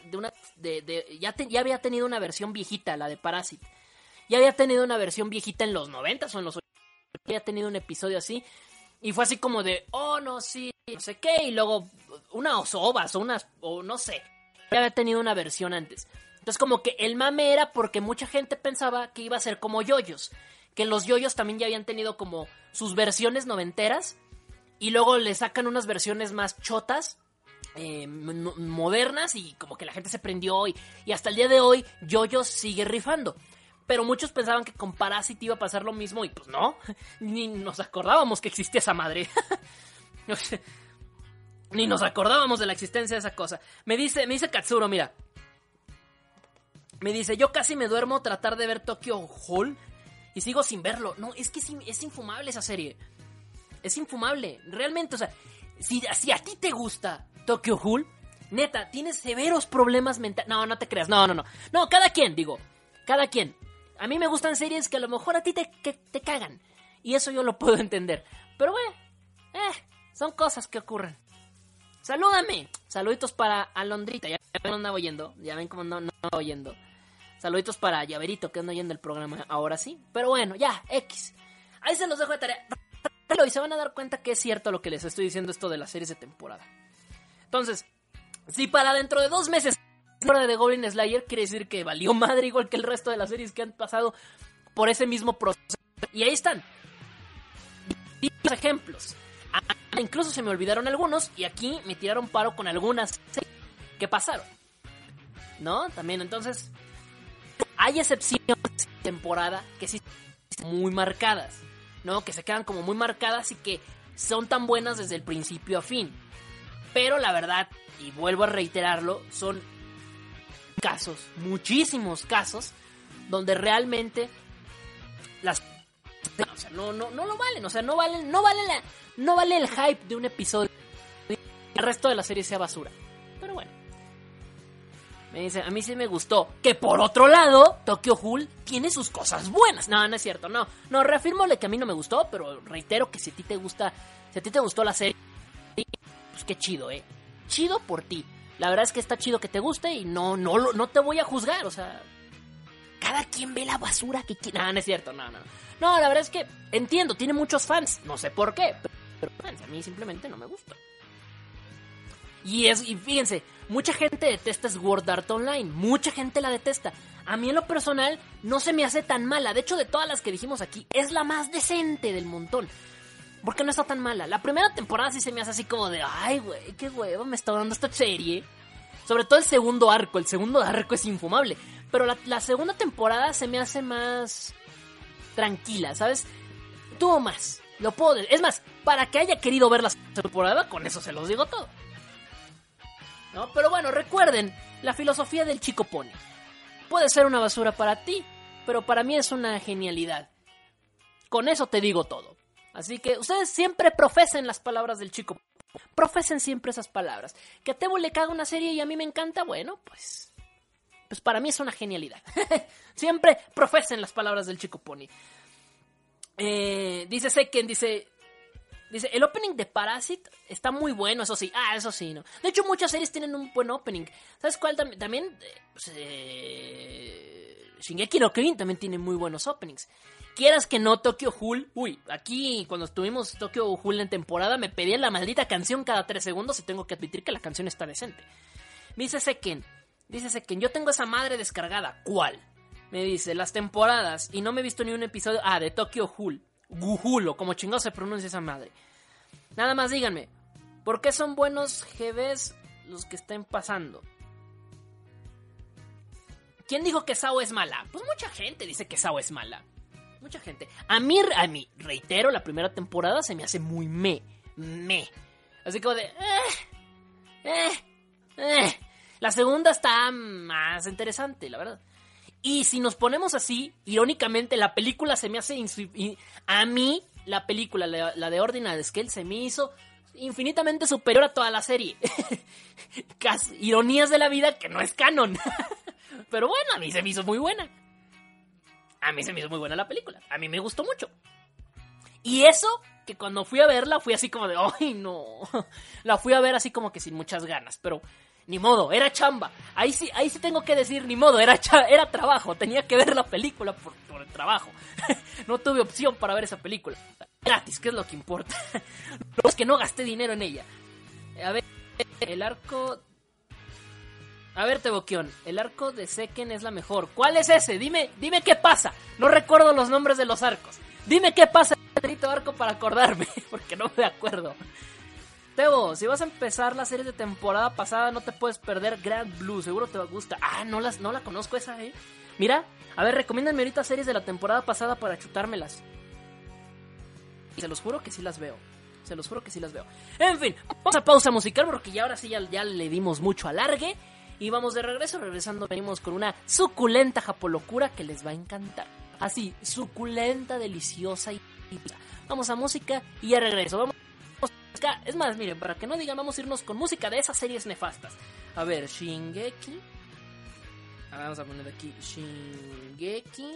ya había tenido una versión viejita, la de Parasite. Ya había tenido una versión viejita en los 90s o en los 80s. Había tenido un episodio así. Y fue así como de, oh, no, sí, no sé qué. Y luego unas ovas o no sé. Ya había tenido una versión antes. Entonces como que el mame era porque mucha gente pensaba que iba a ser como yoyos. Que los yoyos también ya habían tenido como sus versiones noventeras. Y luego le sacan unas versiones más chotas, modernas. Y como que la gente se prendió. Y hasta el día de hoy yoyos sigue rifando. Pero muchos pensaban que con Parasite iba a pasar lo mismo. Y pues no. Ni nos acordábamos que existía esa madre. Ni nos acordábamos de la existencia de esa cosa. Me dice Katsuro, mira. Me dice, yo casi me duermo a tratar de ver Tokyo Ghoul y sigo sin verlo. No, es que es infumable esa serie. Es infumable, realmente, o sea, si a ti te gusta Tokyo Ghoul, neta, tienes severos problemas mentales. No te creas, no. No, cada quien. A mí me gustan series que a lo mejor a ti te cagan. Y eso yo lo puedo entender. Pero bueno, son cosas que ocurren. salúdame. Saluditos para Alondrita, ya no anda oyendo, ya ven cómo no anda oyendo. Saluditos para Llaverito, que anda oyendo el programa ahora sí. Pero bueno, ya, X. Ahí se los dejo de tarea. Y se van a dar cuenta que es cierto lo que les estoy diciendo esto de las series de temporada. Entonces, si para dentro de 2 meses hora de Goblin Slayer, quiere decir que valió madre igual que el resto de las series que han pasado por ese mismo proceso. Y ahí están. Ejemplos. Incluso se me olvidaron algunos y aquí me tiraron paro con algunas que pasaron. ¿No? También, entonces, hay excepciones de temporada que sí están muy marcadas, ¿no? Que se quedan como muy marcadas y que son tan buenas desde el principio a fin. Pero la verdad, y vuelvo a reiterarlo, son casos, muchísimos casos, donde realmente las... O sea, no lo valen, o sea, no vale el hype de un episodio y el resto de la serie sea basura. Pero bueno. Me dice, a mí sí me gustó. Que por otro lado, Tokyo Ghoul tiene sus cosas buenas. No es cierto, no, reafirmole que a mí no me gustó, pero reitero que si a ti te gustó la serie, pues qué chido, chido por ti. La verdad es que está chido que te guste y no te voy a juzgar, o sea, cada quien ve la basura que quiere. No es cierto, no, la verdad es que entiendo, tiene muchos fans, no sé por qué, pero a mí simplemente no me gusta. Y fíjense, mucha gente detesta Sword Art Online, mucha gente la detesta. A mí en lo personal no se me hace tan mala, de hecho de todas las que dijimos aquí, es la más decente del montón. Porque no está tan mala. La primera temporada sí se me hace así como de, ay güey, qué huevo me está dando esta serie. Sobre todo el segundo arco es infumable. Pero la segunda temporada se me hace más tranquila, ¿sabes? Tuvo más, lo puedo decir. Es más, para que haya querido ver la temporada, con eso se los digo todo, ¿no? Pero bueno, recuerden la filosofía del Chico Pony. Puede ser una basura para ti, pero para mí es una genialidad. Con eso te digo todo. Así que ustedes siempre profesen las palabras del Chico. Profesen siempre esas palabras. Que a Tebo le caga una serie y a mí me encanta, bueno, pues para mí es una genialidad. Siempre profesen las palabras del Chico Pony. Dice Seken, dice, el opening de Parasite está muy bueno, eso sí. Eso sí, ¿no? De hecho, muchas series tienen un buen opening. ¿Sabes cuál también? Shingeki no Kyojin también tiene muy buenos openings. Quieras que no, Tokyo Ghoul. Uy, aquí cuando estuvimos Tokyo Ghoul en temporada me pedían la maldita canción cada 3 segundos y tengo que admitir que la canción está decente. Me dice Seken, yo tengo esa madre descargada. ¿Cuál? Me dice, las temporadas y no me he visto ni un episodio. De Tokyo Ghoul. Gujulo, como chingado se pronuncia esa madre. Nada más díganme, ¿por qué son buenos GBs los que estén pasando? ¿Quién dijo que Sao es mala? Pues mucha gente dice que Sao es mala. Mucha gente. A mí, reitero, la primera temporada se me hace muy me. Así como de... La segunda está más interesante, la verdad. Y si nos ponemos así, irónicamente, la película se me hace... A mí, la película, la de Ordinary Scale, se me hizo infinitamente superior a toda la serie. Ironías de la vida que no es canon. Pero bueno, a mí se me hizo muy buena. La película. A mí me gustó mucho. Y eso, que cuando fui a verla, fui así como de... ¡Ay, no! La fui a ver así como que sin muchas ganas, pero... Ni modo, era chamba. Ahí sí tengo que decir, ni modo, era trabajo. Tenía que ver la película por el trabajo. No tuve opción para ver esa película. Gratis, que es lo que importa. Lo es que no gasté dinero en ella. A ver, el arco... A ver, Teboquión, el arco de Seken es la mejor. ¿Cuál es ese? Dime qué pasa. No recuerdo los nombres de los arcos. Dime qué pasa en el arco para acordarme, porque no me acuerdo. Tebo, si vas a empezar la serie de temporada pasada, no te puedes perder Grand Blue. Seguro te gusta. No la conozco esa, Mira, a ver, recomiéndanme ahorita series de la temporada pasada para chutármelas. Se los juro que sí las veo. En fin, vamos a pausa musical porque ya ahora sí ya le dimos mucho alargue. Y vamos de regreso, venimos con una suculenta japolocura que les va a encantar. Así, suculenta, deliciosa y... Vamos a música y ya regreso. Vamos a música. Es más, miren, para que no digan, vamos a irnos con música de esas series nefastas. A ver, Shingeki. Vamos a poner aquí Shingeki.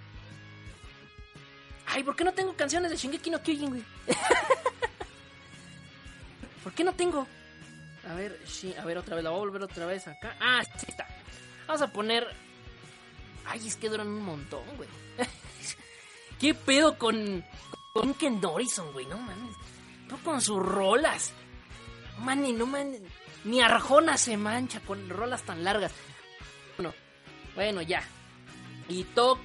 Ay, ¿por qué no tengo canciones de Shingeki no Kyojin, güey? ¿Por qué no tengo? A ver, sí, a ver otra vez, la voy a volver otra vez acá. Ah, sí está. Vamos a poner... Ay, es que duran un montón, güey. ¿Qué pedo con Ken Morrison, güey? No mames. No con sus rolas. No mames. Ni Arjona se mancha con rolas tan largas. Bueno, ya. Y Top.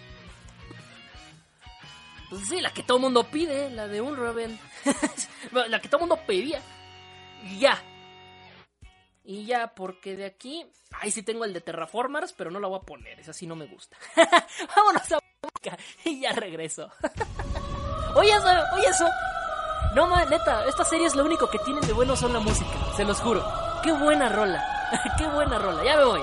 Pues sí, la que todo el mundo pide, la de un rebel. La que todo el mundo pedía. Y ya, porque de aquí... Ay, sí tengo el de Terraformers, pero no la voy a poner. Esa sí no me gusta. Vámonos a música. Y ya regreso. Oye eso. No, man, neta, esta serie es lo único que tienen de bueno son la música. Se los juro. Qué buena rola. Qué buena rola. Ya me voy.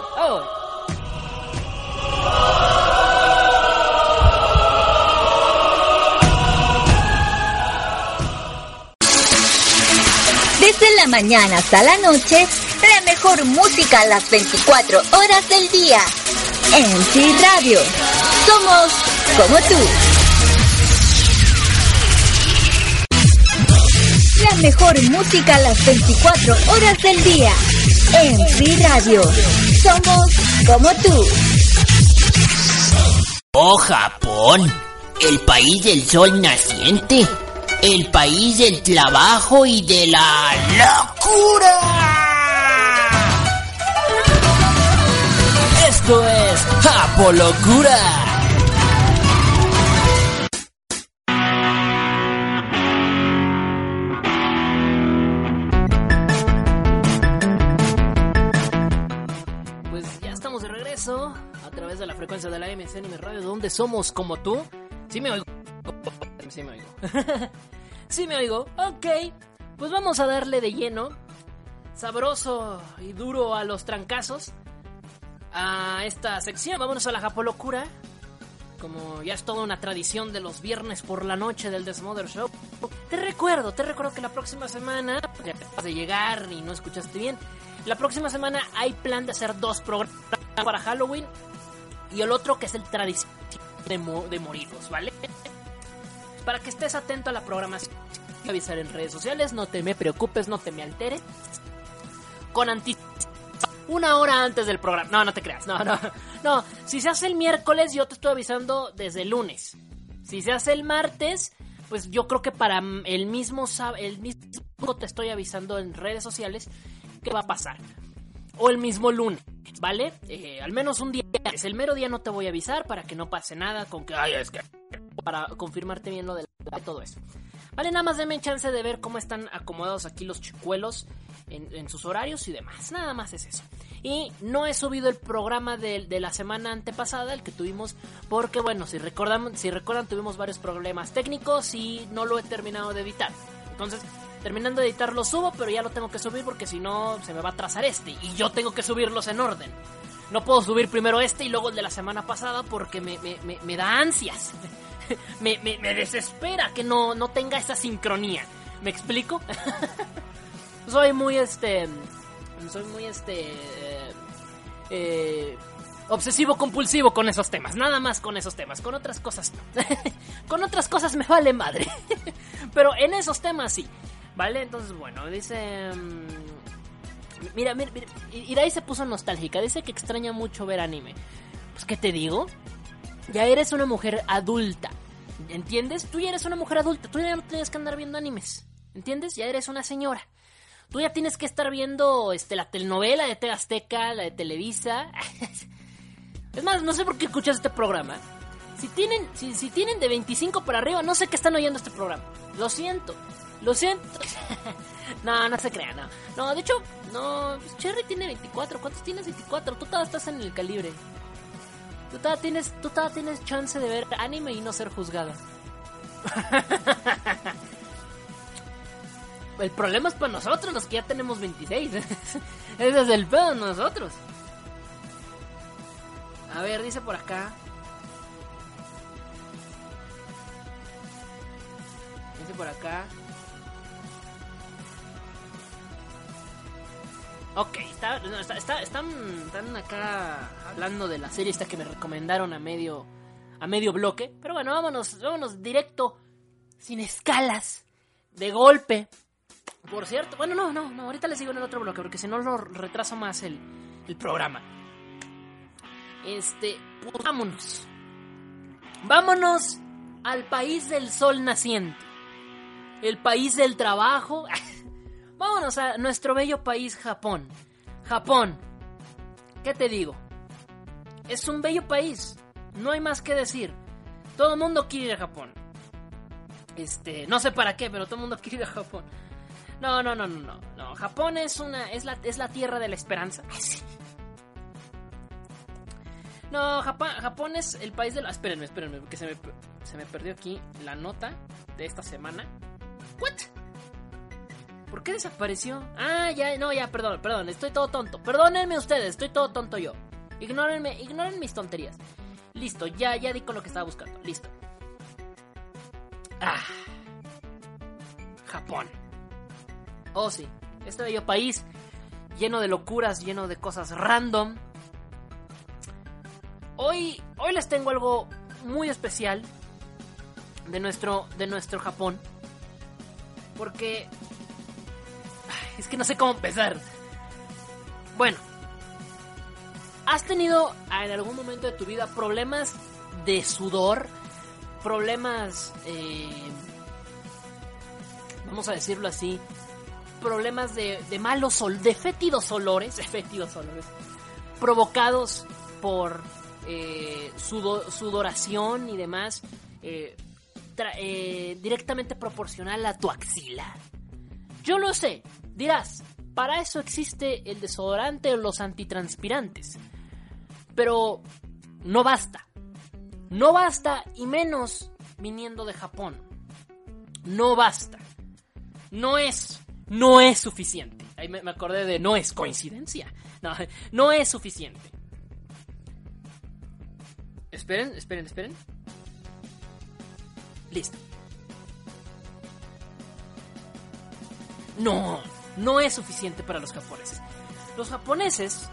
Desde la mañana hasta la noche, la mejor música a las 24 horas del día. MC Radio. Somos como tú. La mejor música a las 24 horas del día. MC Radio. Somos como tú. Oh, Japón, el país del sol naciente, el país del trabajo y de la locura. Esto es Japolocura. Pues ya estamos de regreso a través de la frecuencia de la MC Anime Radio, donde somos como tú. Sí me oigo. Sí me oigo. Ok, pues vamos a darle de lleno, sabroso y duro a los trancazos, a esta sección. Vámonos a la Japolocura. Como ya es toda una tradición de los viernes por la noche del Desmother Show. Te recuerdo que la próxima semana, ya acabas de llegar y no escuchaste bien, la próxima semana hay plan de hacer 2 programas para Halloween y el otro que es el tradición de moridos, ¿vale? Para que estés atento a la programación, avisar en redes sociales, no te me preocupes, no te me alteres. Con anticipación, 1 hora antes del programa. No te creas, no. Si se hace el miércoles, yo te estoy avisando desde el lunes. Si se hace el martes, pues yo creo que para el mismo te estoy avisando en redes sociales qué va a pasar. O el mismo lunes, ¿vale? Al menos un día. El mero día no te voy a avisar para que no pase nada con que... Ay, es que... Para confirmarte bien lo de todo eso. Vale, nada más denme chance de ver cómo están acomodados aquí los chicuelos en sus horarios y demás. Nada más es eso. Y no he subido el programa de la semana antepasada, el que tuvimos, porque bueno, si recuerdan, tuvimos varios problemas técnicos y no lo he terminado de editar. Entonces, terminando de editar lo subo, pero ya lo tengo que subir porque si no se me va a atrasar y yo tengo que subirlos en orden. No puedo subir primero y luego el de la semana pasada porque me da ansias. Me desespera que no tenga esa sincronía. ¿Me explico? Soy muy obsesivo compulsivo con esos temas. Nada más con esos temas. Con otras cosas no. Con otras cosas me vale madre. Pero en esos temas sí. ¿Vale? Entonces bueno, dice... Mira, y de ahí se puso nostálgica. Dice que extraña mucho ver anime. Pues, ¿qué te digo? Ya eres una mujer adulta, ¿entiendes? Tú ya eres una mujer adulta, tú ya no tienes que andar viendo animes, ¿entiendes? Ya eres una señora. Tú ya tienes que estar viendo la telenovela de TV Azteca, la de Televisa. Es más, no sé por qué escuchas este programa. Si tienen de 25 para arriba, no sé qué están oyendo este programa. Lo siento. No se crean, no. No, de hecho, no, Cherry tiene 24. ¿Cuántos tienes? 24. Tú todavía estás en el calibre. Tú todavía tienes chance de ver anime y no ser juzgada. El problema es para nosotros, los que ya tenemos 26. Ese es el pedo de nosotros. A ver, dice por acá. Ok, están acá hablando de la serie esta que me recomendaron a medio bloque. Pero bueno, vámonos directo, sin escalas, de golpe, Por cierto, bueno, no, ahorita les digo en el otro bloque, porque si no lo retraso más el programa. Pues vámonos al país del sol naciente, el país del trabajo. Vámonos a nuestro bello país, Japón. Japón, ¿qué te digo? Es un bello país, no hay más que decir. Todo el mundo quiere ir a Japón. No sé para qué, pero todo el mundo quiere ir a Japón. No. Japón es la tierra de la esperanza. No, Japón es el país de la... Espérenme, porque se me perdió aquí la nota de esta semana. ¿What? ¿Por qué desapareció? Perdón, estoy todo tonto. Perdónenme ustedes, estoy todo tonto yo. Ignoren mis tonterías. Listo, ya di con lo que estaba buscando. Listo. Japón. Oh sí, este bello país lleno de locuras, lleno de cosas random. Hoy les tengo algo muy especial de nuestro Japón, porque es que no sé cómo empezar. Bueno, ¿has tenido en algún momento de tu vida problemas de sudor? Problemas, vamos a decirlo así, problemas de malos de fétidos olores, provocados por sudoración y demás, directamente proporcional a tu axila. Yo lo sé, dirás, para eso existe el desodorante o los antitranspirantes, pero no basta, y menos viniendo de Japón. No basta, no es suficiente. Ahí me acordé de no es coincidencia. No es suficiente. Esperen. Listo. No es suficiente para los japoneses. Los japoneses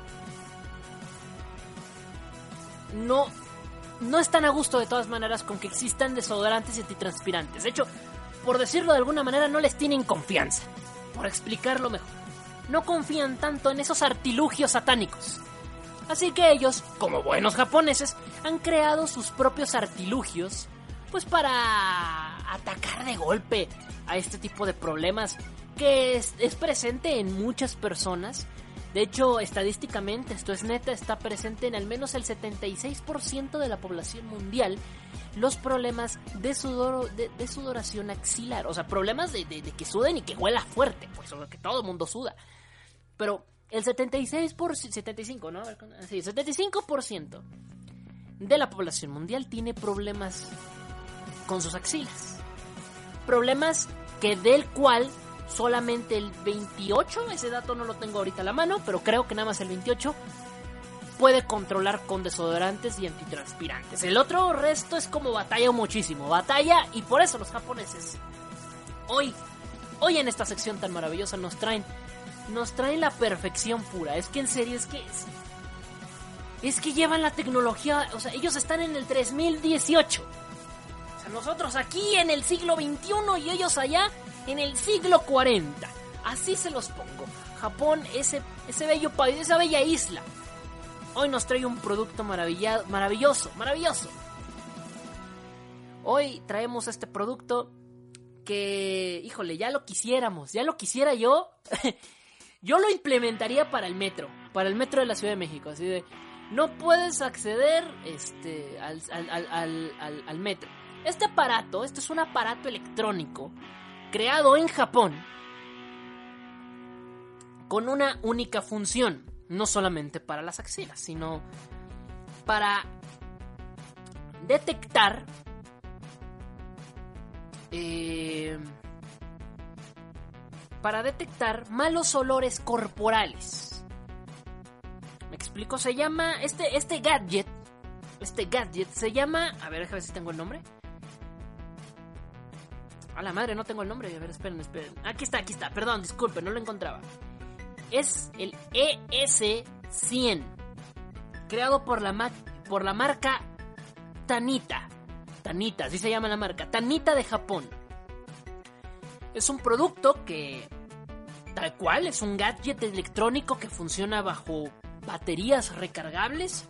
no están a gusto de todas maneras con que existan desodorantes y antitranspirantes. De hecho, por decirlo de alguna manera, no les tienen confianza. Por explicarlo mejor, no confían tanto en esos artilugios satánicos. Así que ellos, como buenos japoneses, han creado sus propios artilugios, pues para atacar de golpe a este tipo de problemas que es presente en muchas personas. De hecho, estadísticamente, esto es neta, está presente en al menos el 76% de la población mundial los problemas de sudoración axilar. O sea, problemas de que suden y que huela fuerte, pues, o que todo el mundo suda. Pero el 75%, ¿no? Sí, 75% de la población mundial tiene problemas con sus axilas. Problemas del cual solamente el 28, ese dato no lo tengo ahorita a la mano, pero creo que nada más el 28 puede controlar con desodorantes y antitranspirantes. El otro resto es como batalla muchísimo, y por eso los japoneses hoy en esta sección tan maravillosa nos traen la perfección pura. Es que en serio, es que llevan la tecnología, o sea, ellos están en el 3018. O sea, nosotros aquí en el siglo XXI y ellos allá en el siglo 40. Así se los pongo. Japón, ese bello país, esa bella isla, hoy nos trae un producto maravilloso. Hoy traemos este producto que, híjole, ya lo quisiera yo. Yo lo implementaría para el metro de la Ciudad de México, así de, no puedes acceder al metro. Este es un aparato electrónico creado en Japón con una única función, no solamente para las axilas, sino para detectar malos olores corporales. ¿Me explico? Se llama este gadget se llama, a ver, déjame ver si tengo el nombre. A la madre, no tengo el nombre. A ver, esperen. Aquí está. Perdón, disculpen, no lo encontraba. Es el ES100, creado por la marca Tanita, así se llama la marca, Tanita de Japón. Es un producto que tal cual, es un gadget electrónico que funciona bajo baterías recargables,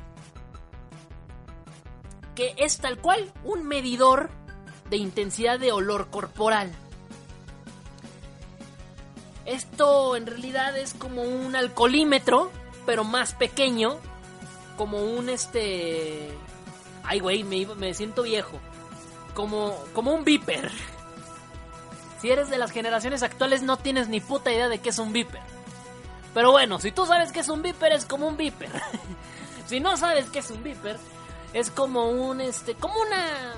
que es tal cual un medidor de intensidad de olor corporal. Esto en realidad es como un alcoholímetro, pero más pequeño, como un ay güey, me siento viejo, como un beeper. Si eres de las generaciones actuales no tienes ni puta idea de qué es un beeper. Pero bueno, si tú sabes qué es un beeper, es como un beeper. Si no sabes qué es un beeper, es como un como una...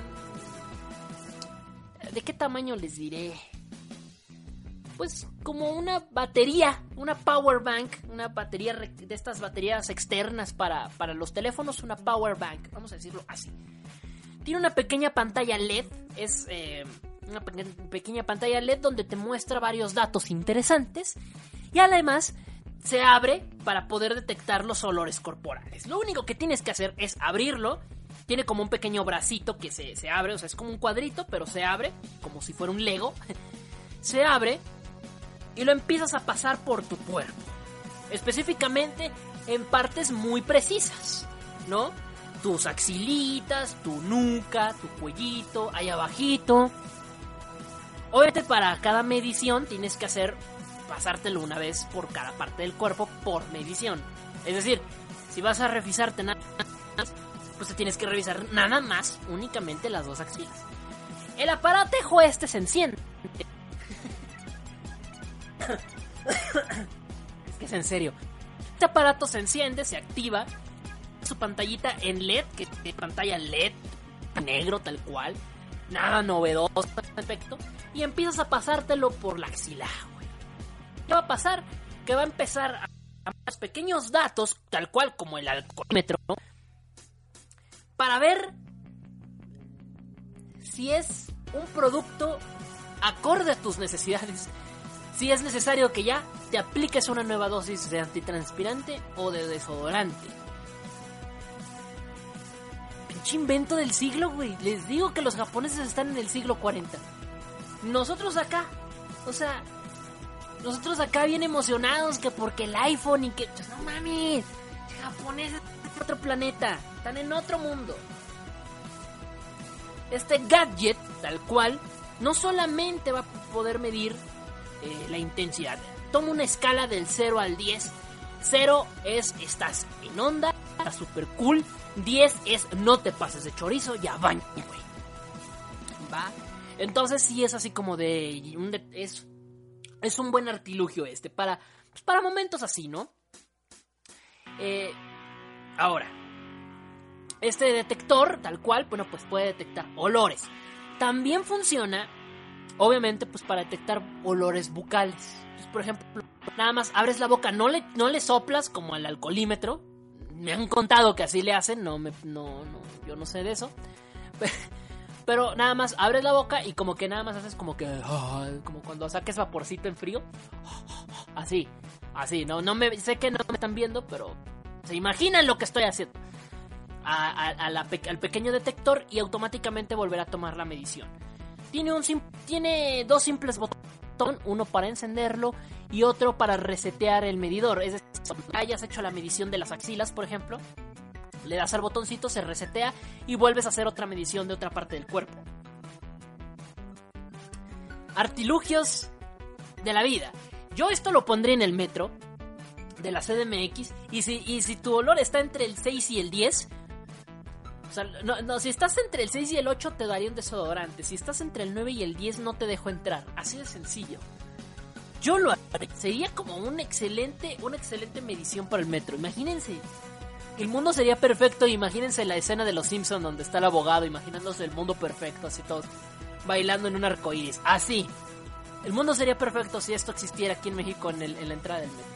¿De qué tamaño les diré? Pues como una batería, una power bank, una batería de estas baterías externas para los teléfonos, una power bank, vamos a decirlo así. Tiene una pequeña pantalla LED, es una pequeña pantalla LED donde te muestra varios datos interesantes y además se abre para poder detectar los olores corporales. Lo único que tienes que hacer es abrirlo. Tiene como un pequeño bracito que se abre, o sea, es como un cuadrito, pero se abre, como si fuera un Lego. Se abre y lo empiezas a pasar por tu cuerpo. Específicamente en partes muy precisas, ¿no? Tus axilitas, tu nuca, tu cuellito, ahí abajito. Obviamente para cada medición tienes que pasártelo una vez por cada parte del cuerpo por medición. Es decir, si vas a revisarte nada más, pues te tienes que revisar nada más, únicamente las dos axilas. El aparatejo se enciende. Es que es en serio. Este aparato se enciende, se activa. Su pantallita en LED, que es pantalla LED, negro tal cual. Nada novedoso al respecto. Y empiezas a pasártelo por la axila, güey. ¿Qué va a pasar? Que va a empezar a los pequeños datos, tal cual como el alcoholímetro, para ver si es un producto acorde a tus necesidades. Si es necesario que ya te apliques una nueva dosis de antitranspirante o de desodorante. Pinche invento del siglo, güey. Les digo que los japoneses están en el siglo 40. Nosotros acá bien emocionados que porque el iPhone y que... No mames, japoneses están en otro planeta, están en otro mundo. Este gadget, tal cual, no solamente va a poder medir la intensidad. Toma una escala del 0 al 10. 0 es estás en onda, estás super cool. 10 es no te pases de chorizo, ya baña, güey. Va. Entonces sí es así como es un buen artilugio para momentos así, ¿no? Ahora, este detector, tal cual, bueno, pues puede detectar olores. También funciona, obviamente, pues para detectar olores bucales. Entonces, por ejemplo, nada más abres la boca, no le soplas como al alcoholímetro. Me han contado que así le hacen, yo no sé de eso. Pero nada más abres la boca y como que nada más haces como cuando saques vaporcito en frío. Así, sé que no me están viendo, pero se imaginan lo que estoy haciendo. Al pequeño detector y automáticamente volverá a tomar la medición. Tiene dos simples botones, uno para encenderlo y otro para resetear el medidor. Es decir, si hayas hecho la medición de las axilas, por ejemplo, le das al botoncito, se resetea y vuelves a hacer otra medición de otra parte del cuerpo. Artilugios de la vida. Yo esto lo pondré en el metro de la CDMX y si tu olor está entre el 6 y el 10, o sea, si estás entre el 6 y el 8 te daría un desodorante. Si estás entre el 9 y el 10 no te dejo entrar. Así de sencillo. Yo lo haré. Sería como una excelente medición para el metro. Imagínense. El mundo sería perfecto. Imagínense la escena de Los Simpsons donde está el abogado imaginándose el mundo perfecto, así todos bailando en un arcoíris. Así. El mundo sería perfecto si esto existiera aquí en México en la entrada del metro.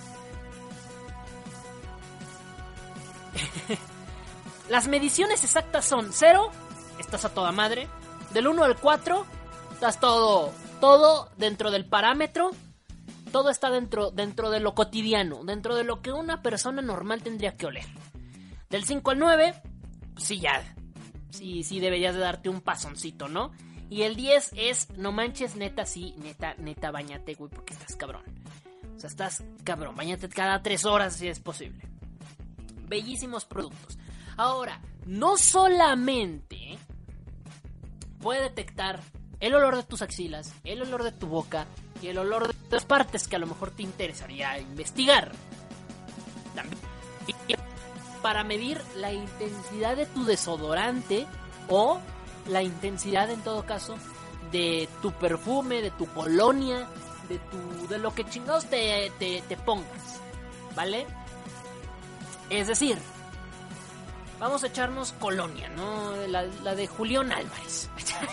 Las mediciones exactas son 0, estás a toda madre. Del 1 al 4, estás todo dentro del parámetro. Todo está dentro de lo cotidiano, dentro de lo que una persona normal tendría que oler. Del 5 al 9, sí deberías de darte un pasoncito, ¿no? Y el 10 es, no manches, neta, sí, neta, bañate, güey, porque estás cabrón. O sea, estás cabrón, bañate cada 3 horas si es posible. Bellísimos productos. Ahora, no solamente puede detectar el olor de tus axilas, el olor de tu boca y el olor de las partes que a lo mejor te interesaría investigar. También para medir la intensidad de tu desodorante o la intensidad, en todo caso, de tu perfume, de tu colonia, de lo que chingados te pongas, ¿vale? Es decir, vamos a echarnos colonia, ¿no? La de Julián Álvarez.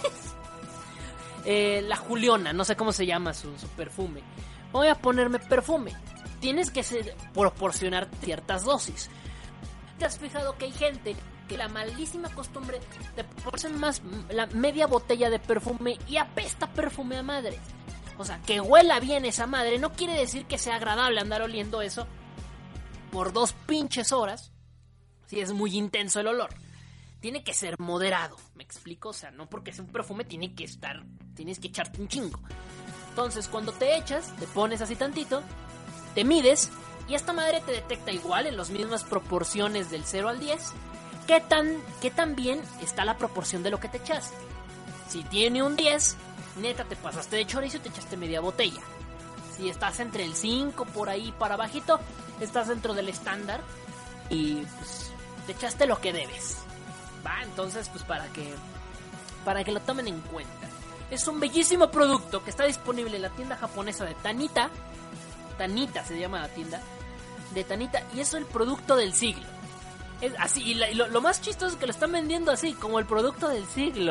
La Juliona, no sé cómo se llama su perfume. Voy a ponerme perfume. Tienes que proporcionar ciertas dosis. ¿Te has fijado que hay gente que la malísima costumbre de ponerse más la media botella de perfume y apesta perfume a madre? O sea, que huela bien esa madre no quiere decir que sea agradable andar oliendo eso por 2 pinches horas. Si es muy intenso el olor. Tiene que ser moderado, ¿me explico? O sea, no porque es un perfume tienes que echarte un chingo. Entonces, cuando te echas, te pones así tantito, te mides y esta madre te detecta igual en las mismas proporciones del 0 al 10 qué tan bien está la proporción de lo que te echaste. Si tiene un 10, neta te pasaste de chorizo y te echaste media botella. Si estás entre el 5 por ahí para bajito, estás dentro del estándar y pues te echaste lo que debes. Va, entonces pues para que lo tomen en cuenta. Es un bellísimo producto que está disponible en la tienda japonesa de Tanita. Tanita se llama la tienda de Tanita y es el producto del siglo. Es así, y lo más chistoso es que lo están vendiendo así, como el producto del siglo.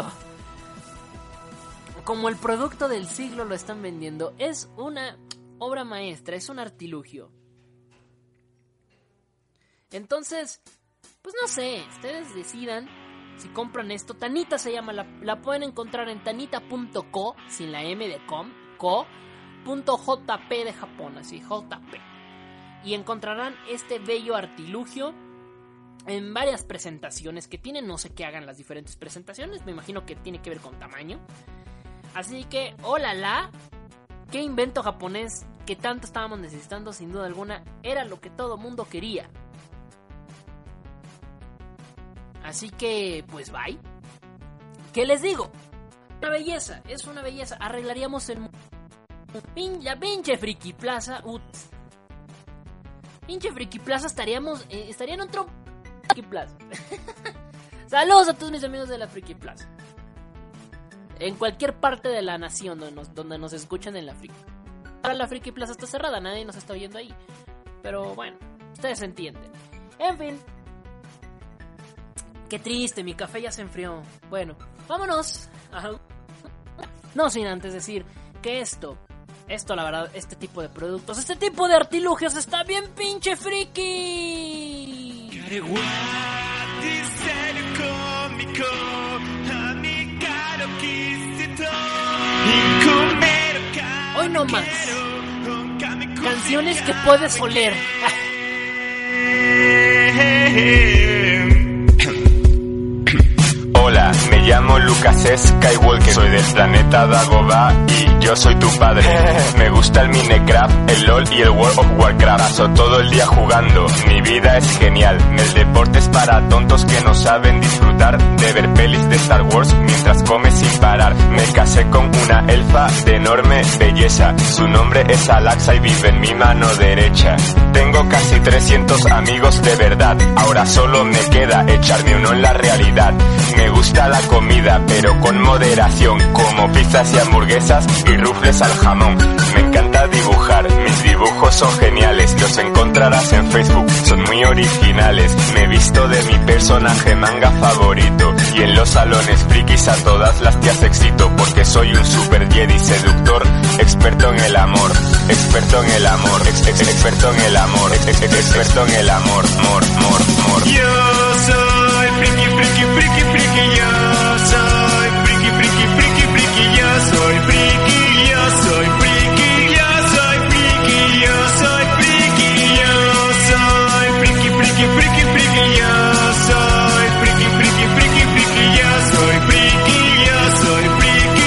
Como el producto del siglo lo están vendiendo. Es una obra maestra, es un artilugio. Entonces, pues no sé, ustedes decidan si compran esto. Tanita se llama, la pueden encontrar en tanita.co, sin la M de .jp de Japón, así, JP. Y encontrarán este bello artilugio en varias presentaciones que tienen, no sé qué hagan las diferentes presentaciones, me imagino que tiene que ver con tamaño. Así que, ¡holala! ¡Qué invento japonés que tanto estábamos necesitando! Sin duda alguna, era lo que todo mundo quería. Así que, pues bye. ¿Qué les digo? Una belleza, es una belleza. Arreglaríamos la pinche Friki Plaza. Pinche Friki Plaza estaría en otro Friki Plaza. Saludos a todos mis amigos de la Friki Plaza. En cualquier parte de la nación donde nos escuchan en la Friki. Ahora la Friki Plaza está cerrada, nadie nos está oyendo ahí. Pero bueno, ustedes entienden. En fin. Qué triste, mi café ya se enfrió. Bueno, vámonos. No sin antes decir que esto, la verdad, este tipo de productos, este tipo de artilugios está bien pinche friki. Hoy no más. Canciones que puedes oler. Hola, me llamo Lucas Skywalker, soy del planeta Dagobah y yo soy tu padre. Me gusta el Minecraft, el LOL y el World of Warcraft. Paso todo el día jugando, mi vida es genial. El deporte es para tontos que no saben disfrutar de ver pelis de Star Wars mientras come sin parar. Me casé con una elfa de enorme belleza, su nombre es Alaxa y vive en mi mano derecha. Tengo casi 300 amigos de verdad, ahora solo me queda echarme uno en la realidad. Me gusta la comida, pero con moderación, como pizzas y hamburguesas y rufles al jamón. Me encanta dibujar, mis dibujos son geniales, los encontrarás en Facebook, son muy originales. Me visto de mi personaje manga favorito y en los salones frikis a todas las tías excito, porque soy un super Jedi seductor, experto en el amor, experto en el amor, experto en el amor, experto en el amor, mor. Yo soy friki, friki, friki, friki, yo soy friki, friki, friki, friki, yo soy friki, yo soy friki, yo soy friki, yo soy friki, yo soy friki, friki, friki, friki, yo soy friki, friki, friki, friki, yo soy friki, yo soy friki.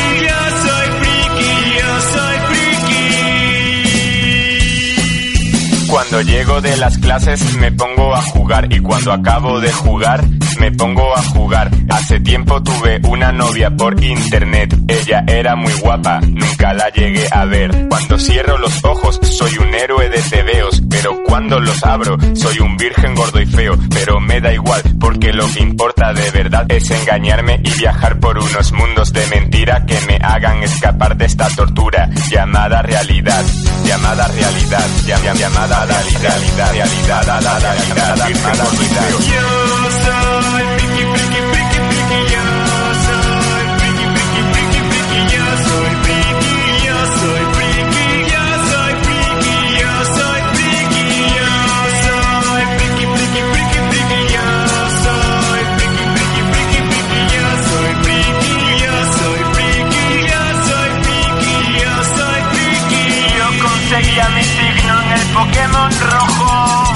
Cuando llego de las clases me pongo a jugar y cuando acabo de jugar me pongo a jugar. Hace tiempo tuve una novia por internet, ella era muy guapa, nunca la llegué a ver. Cuando cierro los ojos soy un héroe de tebeos, pero cuando los abro soy un virgen gordo y feo. Pero me da igual porque lo que importa de verdad es engañarme y viajar por unos mundos de mentira que me hagan escapar de esta tortura llamada realidad, llamada realidad, llamada realidad, realidad, realidad, virgen gordo y feo. Yo soy friki, friki, friki, friki, yo soy friki, friki, friki, friki, yo soy friki, yo soy friki, yo soy friki, yo soy friki, yo soy friki, friki, friki, friki, yo soy friki, friki, friki, friki, yo soy friki, yo soy friki, yo soy friki, yo soy friki. Yo conseguía mi signo en el Pokémon rojo.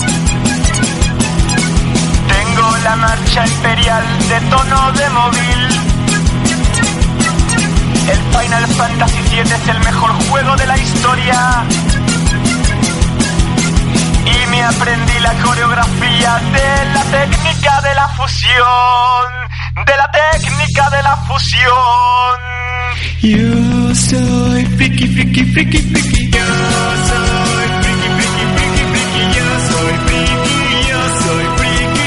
La marcha imperial de tono de móvil. El Final Fantasy VII es el mejor juego de la historia. Y me aprendí la coreografía de la técnica de la fusión. De la técnica de la fusión. Yo soy friki, friki, friki, friki. Yo soy friki, friki, friki, friki. Yo soy friki, yo soy friki.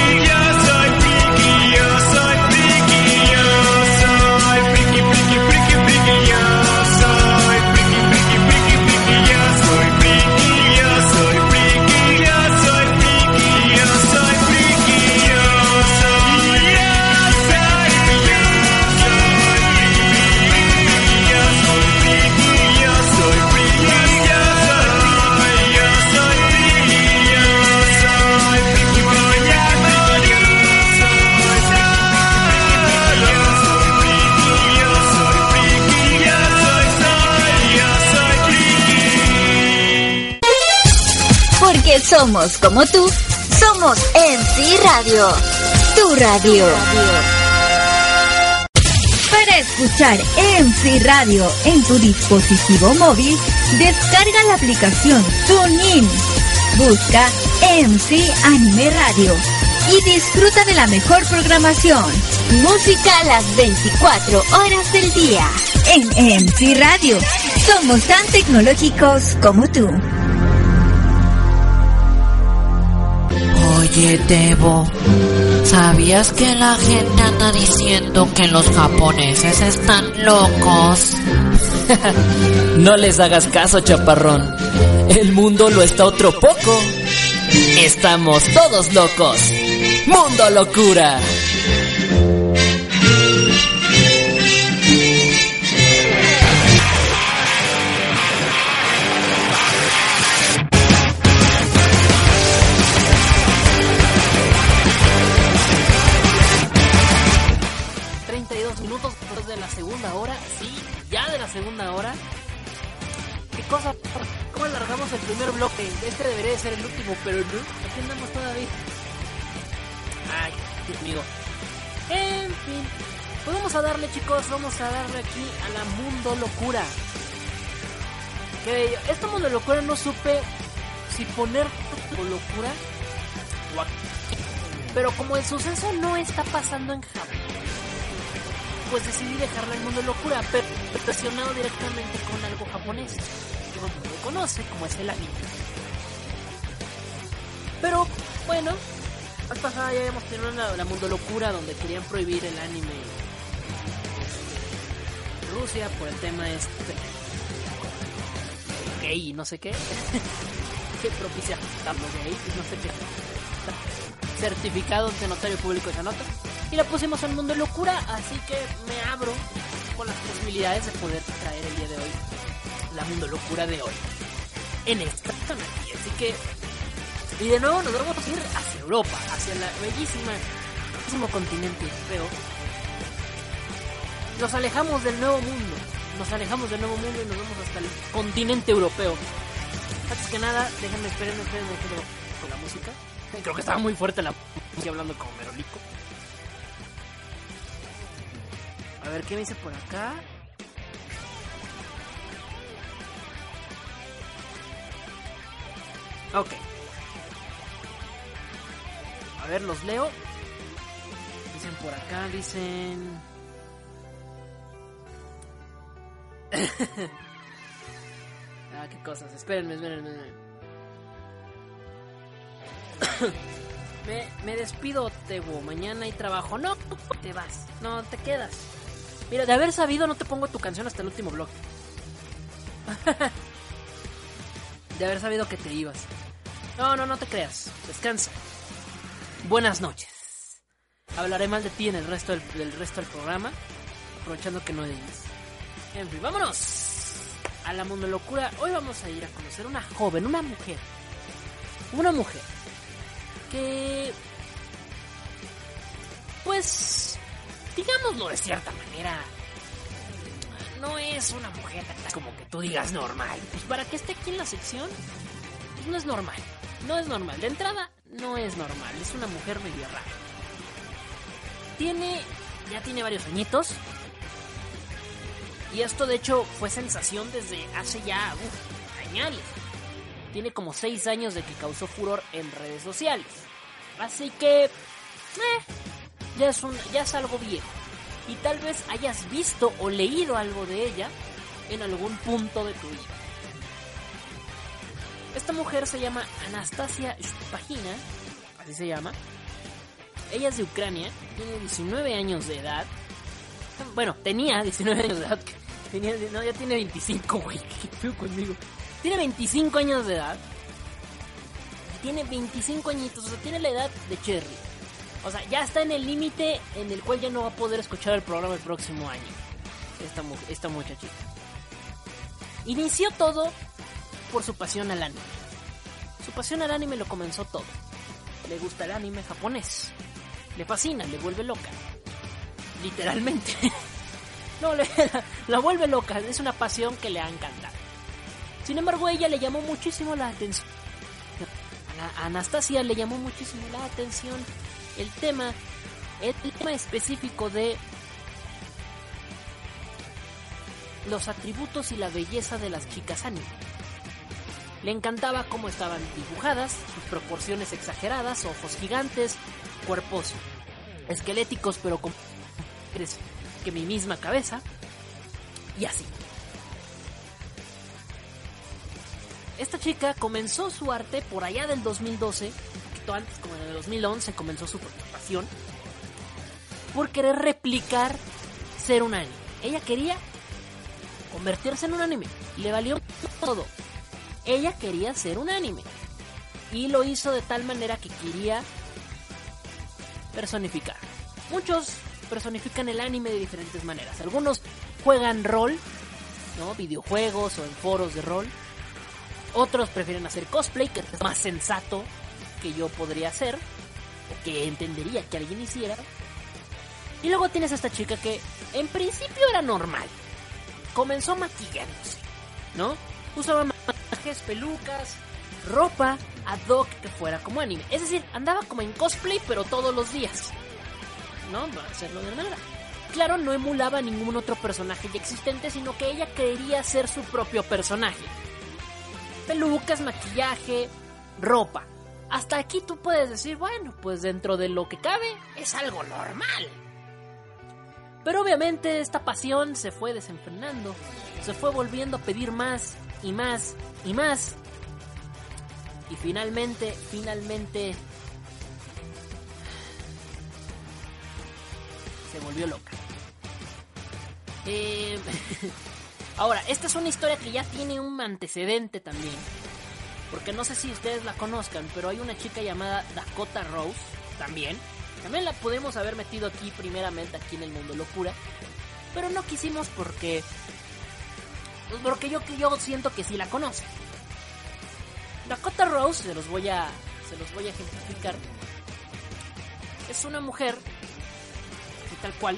Porque somos como tú, somos MC Radio, tu radio. Para escuchar MC Radio en tu dispositivo móvil, descarga la aplicación TuneIn. Busca MC Anime Radio y disfruta de la mejor programación. Música las 24 horas del día. En MC Radio, somos tan tecnológicos como tú. Oye, Debo, ¿sabías que la gente anda diciendo que los japoneses están locos? No les hagas caso, chaparrón. El mundo lo está otro poco. Estamos todos locos. ¡Mundo Locura! Segunda hora. ¿Qué cosa? ¿Cómo alargamos el primer bloque? Este debería de ser el último, pero no. Aquí andamos todavía. Ay, Dios mío. En fin. Pues vamos a darle, chicos. Vamos a darle aquí a la Mundo Locura. Qué bello. Esta Mundo Locura no supe si poner locura o aquí. Pero como el suceso no está pasando en Japón, pues decidí dejarla en Mundo Locura, pero relacionado directamente con algo japonés, que todo el mundo conoce, como es el anime. Pero, bueno, al pasada ya habíamos tenido la Mundo Locura, donde querían prohibir el anime en Rusia por el tema gay, no sé qué, que propicia los gays, no sé qué, certificado ante notario público esa nota. Y la pusimos en Mundo Locura, así que me abro con las posibilidades de poder traer el día de hoy la Mundo Locura de hoy en esta zona aquí. Así que, y de nuevo nos vamos a ir hacia Europa, hacia la bellísimo continente europeo. Nos alejamos del Nuevo Mundo, y nos vamos hasta el continente europeo. Antes que nada, déjenme esperarme con la música. Creo que estaba muy fuerte la música, hablando como merolico. A ver, ¿qué me dice por acá? Ok. A ver, los leo. Dicen por acá, dicen... qué cosas. Espérenme. Me despido, Tegu. Mañana hay trabajo. No, te vas. No, te quedas. Mira, de haber sabido no te pongo tu canción hasta el último blog. De haber sabido que te ibas. No te creas. Descansa. Buenas noches. Hablaré mal de ti en el resto del resto del programa, aprovechando que no digas. En fin, vámonos a la mundo locura. Hoy vamos a ir a conocer una joven, una mujer que, pues, digámoslo de cierta manera, no es una mujer como que tú digas normal. Pues para que esté aquí en la sección, pues no es normal. De entrada, no es normal. Es una mujer medio rara. Ya tiene varios añitos. Y esto de hecho fue sensación desde hace ya años. Tiene como 6 años de que causó furor en redes sociales. Así que ya es algo viejo. Y tal vez hayas visto o leído algo de ella en algún punto de tu vida. Esta mujer se llama Anastasia Shpagina, así se llama. Ella es de Ucrania, tiene 19 años de edad. Bueno, tenía 19 años de edad. Ya tiene 25, güey. ¿Qué feo conmigo? Tiene 25 años de edad. Tiene 25 añitos, o sea, tiene la edad de Cherry. O sea, ya está en el límite en el cual ya no va a poder escuchar el programa el próximo año. Esta muchachita. Inició todo por su pasión al anime. Su pasión al anime lo comenzó todo. Le gusta el anime japonés. Le fascina, le vuelve loca. Literalmente. No, la vuelve loca. Es una pasión que le ha encantado. Sin embargo, a ella le llamó muchísimo la atención. A Anastasia le llamó muchísimo la atención el tema específico de los atributos y la belleza de las chicas anime. Le encantaba cómo estaban dibujadas, sus proporciones exageradas, ojos gigantes, cuerpos esqueléticos pero con que mi misma cabeza, y así. Esta chica comenzó su arte por allá del 2012, un poquito antes, como en el 2011 comenzó su pasión, por querer replicar ser un anime. Ella quería convertirse en un anime, le valió todo. Ella quería ser un anime y lo hizo de tal manera que quería personificar. Muchos personifican el anime de diferentes maneras. Algunos juegan rol, ¿no? Videojuegos o en foros de rol. Otros prefieren hacer cosplay, que es más sensato que yo podría hacer, o que entendería que alguien hiciera. Y luego tienes a esta chica que en principio era normal. Comenzó maquillándose, ¿no? Usaba maquillajes, pelucas, ropa ad hoc que fuera como anime. Es decir, andaba como en cosplay, pero todos los días, ¿no? Para hacerlo de manera. Claro, no emulaba ningún otro personaje ya existente, sino que ella quería ser su propio personaje. Pelucas, maquillaje, ropa. Hasta aquí tú puedes decir, bueno, pues dentro de lo que cabe es algo normal. Pero obviamente esta pasión se fue desenfrenando, se fue volviendo a pedir más y más y más. Y finalmente se volvió loca. Ahora, esta es una historia que ya tiene un antecedente también. Porque no sé si ustedes la conozcan, pero hay una chica llamada Dakota Rose también. También la pudimos haber metido aquí primeramente, aquí en el Mundo Locura. Pero no quisimos porque yo siento que sí la conocen. Dakota Rose, se los voy a ejemplificar. Es una mujer, y tal cual,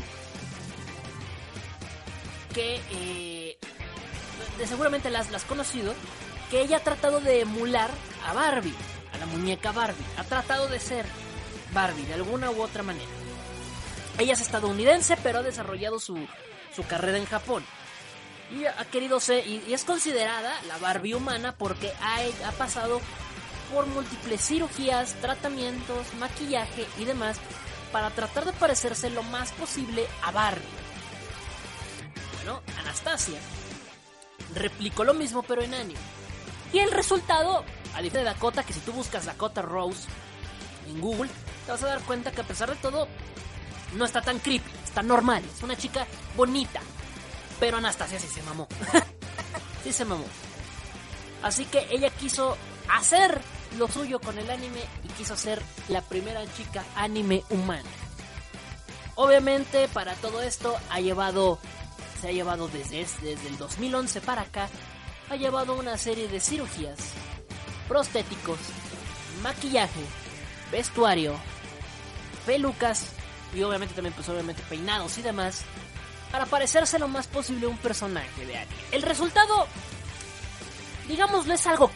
que seguramente las has conocido, que ella ha tratado de emular a Barbie, a la muñeca Barbie. Ha tratado de ser Barbie de alguna u otra manera. Ella es estadounidense, pero ha desarrollado su carrera en Japón. Y ha querido ser, y es considerada la Barbie humana porque ha pasado por múltiples cirugías, tratamientos, maquillaje y demás para tratar de parecerse lo más posible a Barbie. Bueno, Anastasia replicó lo mismo pero en anime. Y el resultado, a diferencia de Dakota, que si tú buscas Dakota Rose en Google, te vas a dar cuenta que a pesar de todo no está tan creepy, está normal, es una chica bonita. Pero Anastasia sí se mamó. Sí se mamó. Así que ella quiso hacer lo suyo con el anime y quiso ser la primera chica anime humana. Obviamente para todo esto se ha llevado desde el 2011 para acá, ha llevado una serie de cirugías, prostéticos, maquillaje, vestuario, pelucas y obviamente también peinados y demás para parecerse lo más posible a un personaje de anime. El resultado, digámoslo, es algo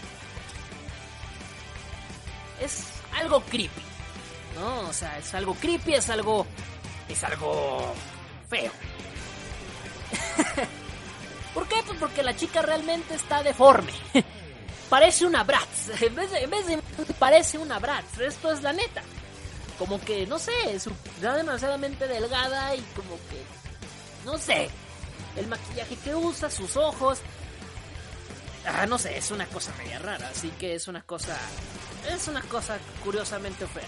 creepy, ¿no? O sea, es algo creepy, es algo feo. ¿Por qué? Pues porque la chica realmente está deforme. Parece una Bratz. En vez de parece una Bratz. Esto es la neta. Como que, no sé, está demasiadamente delgada y como que, no sé, el maquillaje que usa, sus ojos, no sé, es una cosa media rara. Así que es una cosa curiosamente fea.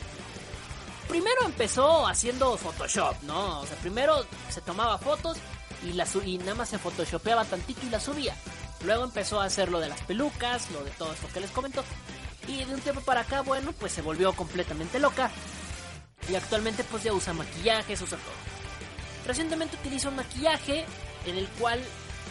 Primero empezó haciendo Photoshop, ¿no? O sea, primero se tomaba fotos y nada más se photoshopeaba tantito y la subía. Luego empezó a hacer lo de las pelucas, lo de todo esto que les comento. Y de un tiempo para acá, bueno, pues se volvió completamente loca. Y actualmente pues ya usa maquillajes, usa todo. Recientemente utiliza un maquillaje en el cual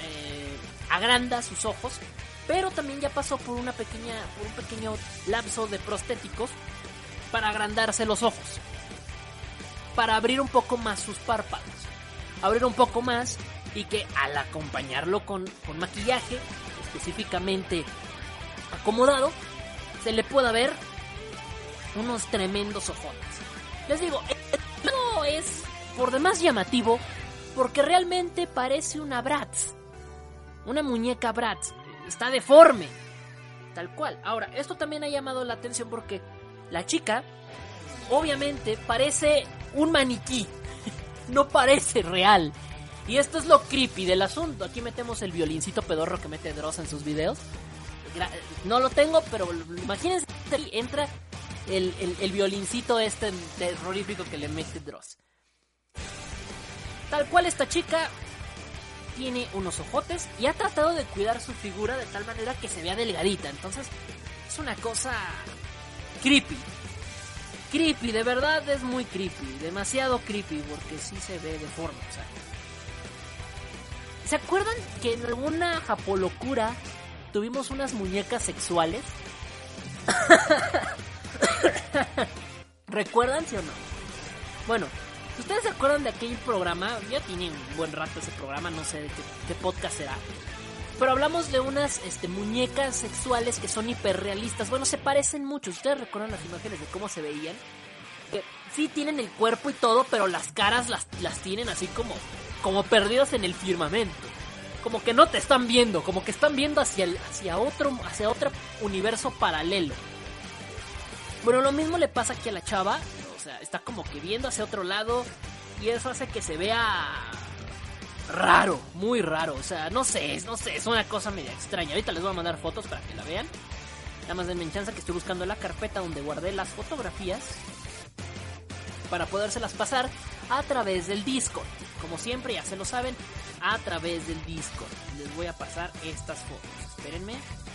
agranda sus ojos. Pero también ya pasó por un pequeño lapso de prostéticos para agrandarse los ojos. Para abrir un poco más sus párpados. Abrir un poco más y que al acompañarlo con maquillaje específicamente acomodado, se le pueda ver unos tremendos ojotes. Les digo, no es por demás llamativo porque realmente parece una Bratz. Una muñeca Bratz. Está deforme. Tal cual. Ahora, esto también ha llamado la atención porque la chica obviamente parece un maniquí. No parece real. Y esto es lo creepy del asunto. Aquí metemos el violincito pedorro que mete Dross en sus videos. No lo tengo, pero imagínense, entra el violincito terrorífico que le mete Dross. Tal cual esta chica tiene unos ojotes y ha tratado de cuidar su figura de tal manera que se vea delgadita. Entonces es una cosa creepy. Creepy, de verdad es muy creepy. Demasiado creepy porque sí se ve deforme. O sea, ¿se acuerdan que en alguna japolocura tuvimos unas muñecas sexuales? ¿Recuerdan, sí o no? Bueno, ¿ustedes se acuerdan de aquel programa? Ya tiene un buen rato ese programa, no sé de qué podcast será. Pero hablamos de unas muñecas sexuales que son hiperrealistas. Bueno, se parecen mucho. ¿Ustedes recuerdan las imágenes de cómo se veían? Que sí tienen el cuerpo y todo, pero las caras las tienen así como perdidos en el firmamento. Como que no te están viendo, como que están viendo hacia otro universo paralelo. Bueno, lo mismo le pasa aquí a la chava. O sea, está como que viendo hacia otro lado y eso hace que se vea raro, muy raro. O sea, no sé, es una cosa media extraña. Ahorita les voy a mandar fotos para que la vean. Nada más denme chance que estoy buscando la carpeta donde guardé las fotografías para podérselas pasar a través del Discord. Como siempre, ya se lo saben, a través del Discord. Les voy a pasar estas fotos. Espérenme.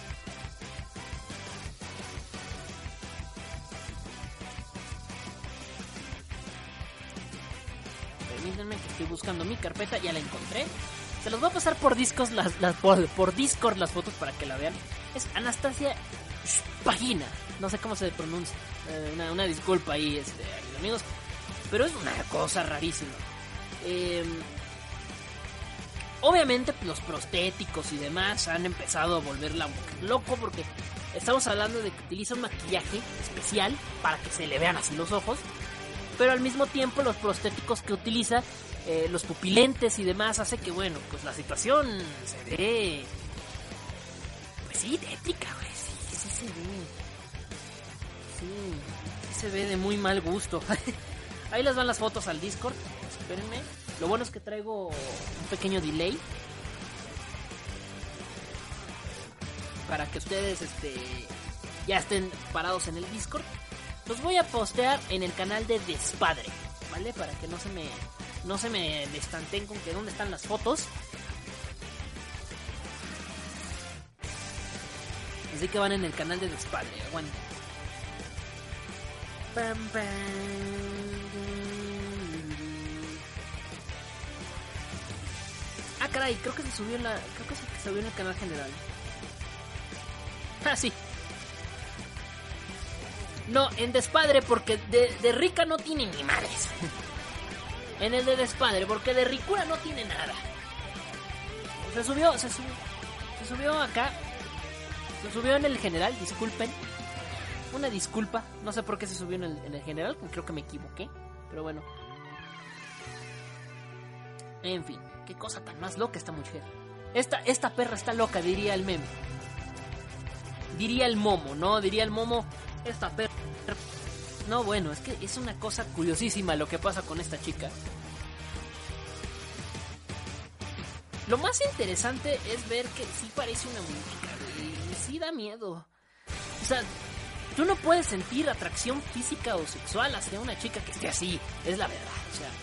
Permítanme que estoy buscando mi carpeta, ya la encontré. Se los voy a pasar por Discord por Discord las fotos para que la vean. Es Anastasia Spagina. No sé cómo se pronuncia. Una disculpa ahí, amigos. Pero es una cosa rarísima. Obviamente los prostéticos y demás han empezado a volverla loco porque estamos hablando de que utiliza un maquillaje especial para que se le vean así los ojos. Pero al mismo tiempo los prostéticos que utiliza, los pupilentes y demás, hace que, bueno, pues la situación se ve, pues sí, tétrica, güey, sí se ve sí se ve de muy mal gusto. Ahí les van las fotos al Discord. Espérenme. Lo bueno es que traigo un pequeño delay para que ustedes ya estén parados en el Discord. Los voy a postear en el canal de Despadre, ¿vale? Para que no se me destanten con que dónde están las fotos. Así que van en el canal de Despadre, aguanta. Pam, pam. Ah, caray, creo que se subió en el canal general. Ah, sí. No, en Despadre, porque de rica no tiene ni madres. En el de Despadre, porque de ricura no tiene nada. Se subió acá. Se subió en el general, disculpen. Una disculpa, no sé por qué se subió en el general, creo que me equivoqué. Pero bueno. En fin, qué cosa tan más loca esta mujer. Esta perra está loca, diría el meme. Diría el momo, ¿no? Diría el momo, esta perra... No, bueno, es que es una cosa curiosísima lo que pasa con esta chica. Lo más interesante es ver que sí parece una muñeca, y sí da miedo. O sea, tú no puedes sentir atracción física o sexual hacia una chica que esté así, es la verdad,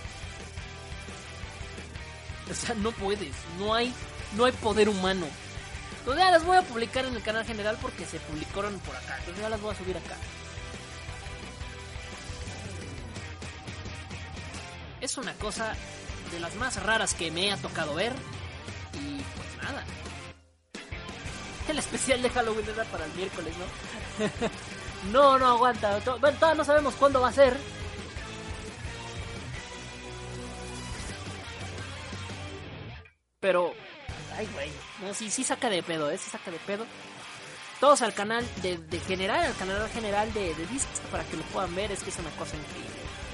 o sea, no puedes, no hay poder humano. Entonces ya las voy a publicar en el canal general porque se publicaron por acá, entonces ya las voy a subir acá. Es una cosa de las más raras que me ha tocado ver. Y pues nada. El especial de Halloween era para el miércoles, ¿no? No aguanta. Bueno, todavía no sabemos cuándo va a ser. Pero... ay, güey. No, sí saca de pedo, sí saca de pedo. Todos al canal de general, al canal general de Discs para que lo puedan ver. Es que es una cosa increíble.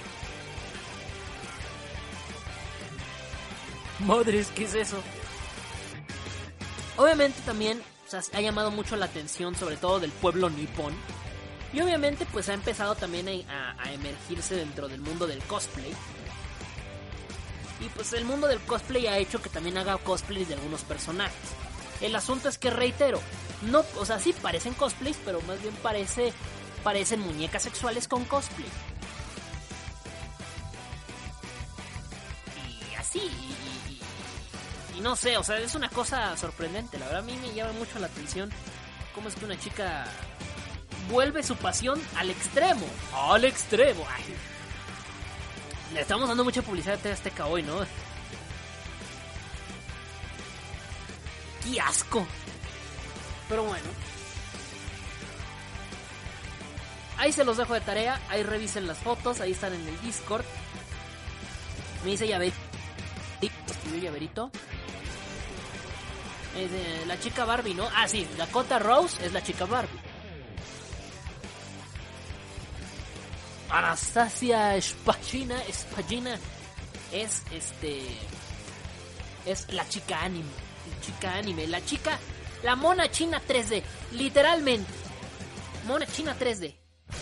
Madres, ¿qué es eso? Obviamente también, o sea, ha llamado mucho la atención, sobre todo del pueblo nipón. Y obviamente pues ha empezado también a emergirse dentro del mundo del cosplay. Y pues el mundo del cosplay ha hecho que también haga cosplays de algunos personajes. El asunto es que, reitero, no, o sea, sí parecen cosplays, pero más bien parecen muñecas sexuales con cosplay. Y así, y no sé, o sea, es una cosa sorprendente. La verdad a mí me llama mucho la atención cómo es que una chica vuelve su pasión al extremo. ¡Al extremo! Ay. Le estamos dando mucha publicidad a TV Azteca hoy, ¿no? ¡Qué asco! Pero bueno. Ahí se los dejo de tarea. Ahí revisen las fotos. Ahí están en el Discord. Me dice Llaverito. Escribió Llaverito. Es la chica Barbie, ¿no? Ah, sí. Dakota Rose es la chica Barbie. Anastasia Spagina es es la chica anime, la mona china 3D, literalmente, mona china 3D.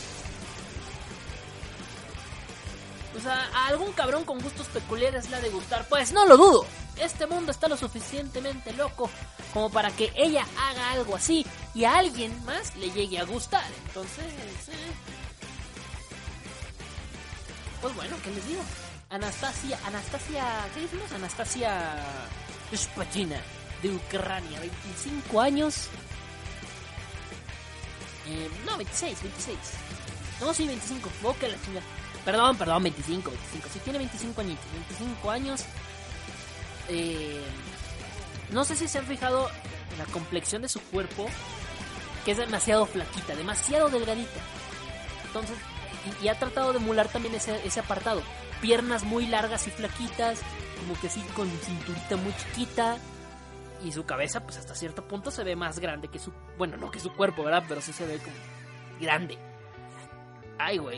O sea, a algún cabrón con gustos peculiares le ha de gustar, pues no lo dudo. Este mundo está lo suficientemente loco como para que ella haga algo así y a alguien más le llegue a gustar. Entonces, pues bueno, ¿qué les digo? Anastasia, ¿qué decimos? Anastasia Spagina, de Ucrania, 25 años. No, 26. No, sí, 25. Oh, que la chingada. Perdón, 25. Sí, tiene 25 añitos. 25 años. No sé si se han fijado en la complexión de su cuerpo, que es demasiado flaquita, demasiado delgadita. Entonces, y ha tratado de emular también ese apartado. Piernas muy largas y flaquitas, como que sí, con cinturita muy chiquita. Y su cabeza, pues hasta cierto punto se ve más grande que su... Bueno, no que su cuerpo, ¿verdad? Pero sí se ve como grande. Ay, güey.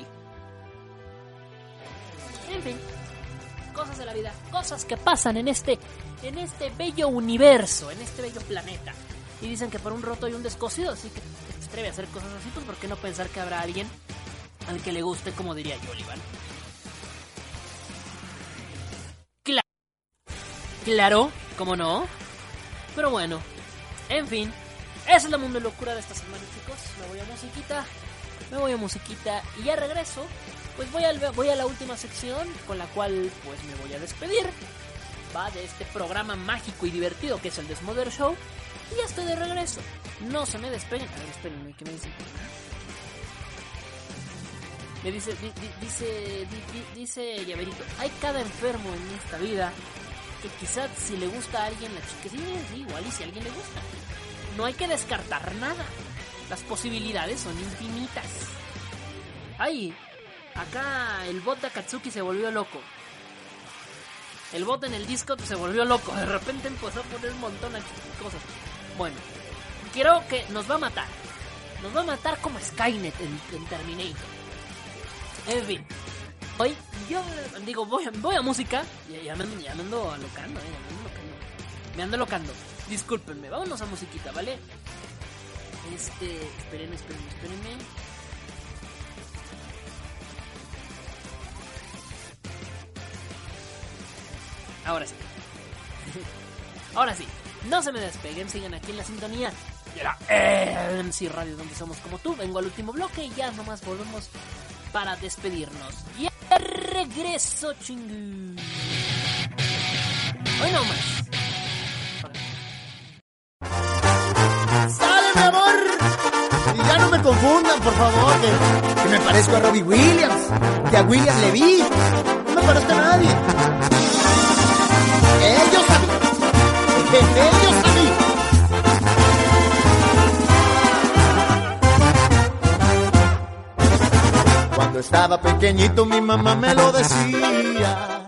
En fin, cosas de la vida, cosas que pasan en este bello universo, en este bello planeta. Y dicen que por un roto hay un descosido, así que atreve a hacer cosas así, pues ¿por qué no pensar que habrá alguien al que le guste, como diría Yoli, ¿vale? Claro, ¿cómo no? Pero bueno, en fin, esa es la mundo locura de esta semana, chicos. Me voy a musiquita y ya regreso. Pues voy a la última sección, con la cual pues me voy a despedir. Va de este programa mágico y divertido que es el Desmother Show. Y ya estoy de regreso. No se me despeguen. A ver, espérenme, ¿qué me dicen? Me dice Llaverito, hay cada enfermo en esta vida que quizás si le gusta a alguien la chica, sí, igual y si a alguien le gusta. No hay que descartar nada. Las posibilidades son infinitas. Ay, acá el bot de Akatsuki se volvió loco. El bot en el Discord se volvió loco. De repente empezó a poner un montón de cosas. Bueno, creo que nos va a matar. Nos va a matar como Skynet en Terminator. En fin, hoy yo digo, voy a música. Ya me ando alocando, me ando alocando. Discúlpenme, vámonos a musiquita, ¿vale? Espérenme. Ahora sí, no se me despeguen, sigan aquí en la sintonía de la MC Radio, donde somos como tú. Vengo al último bloque y ya nomás volvemos para despedirnos. Y regreso, chingu. Hoy no más. ¡Sale, mi amor! Y ya no me confundan, por favor, que me parezco a Robbie Williams, que a William Levy. No me parezco a nadie. Ellos a mí. Ellos a mí. Cuando estaba pequeñito mi mamá me lo decía.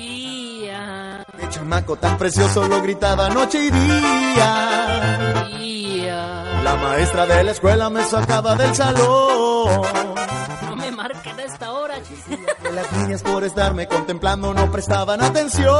De chamaco tan precioso lo gritaba noche y día. La maestra de la escuela me sacaba del salón. No me marquen a esta hora, que las niñas por estarme contemplando no prestaban atención.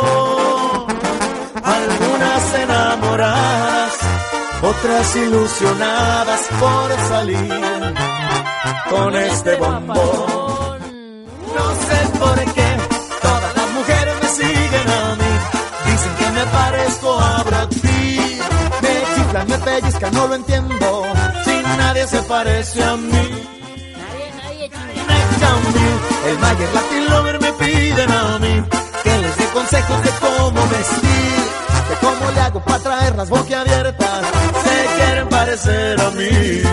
Algunas enamoradas, otras ilusionadas por salir con este bombón. No sé por qué todas las mujeres me siguen a mí. Dicen que me parezco a Brad Pitt. Me chiflan, me pellizcan, no lo entiendo. Si nadie se parece a mí. Nadie. El Mayer Latin Lover me piden a mí que les dé consejos de cómo vestir, de cómo le hago para traerlas boquiabiertas. Se quieren parecer a mí.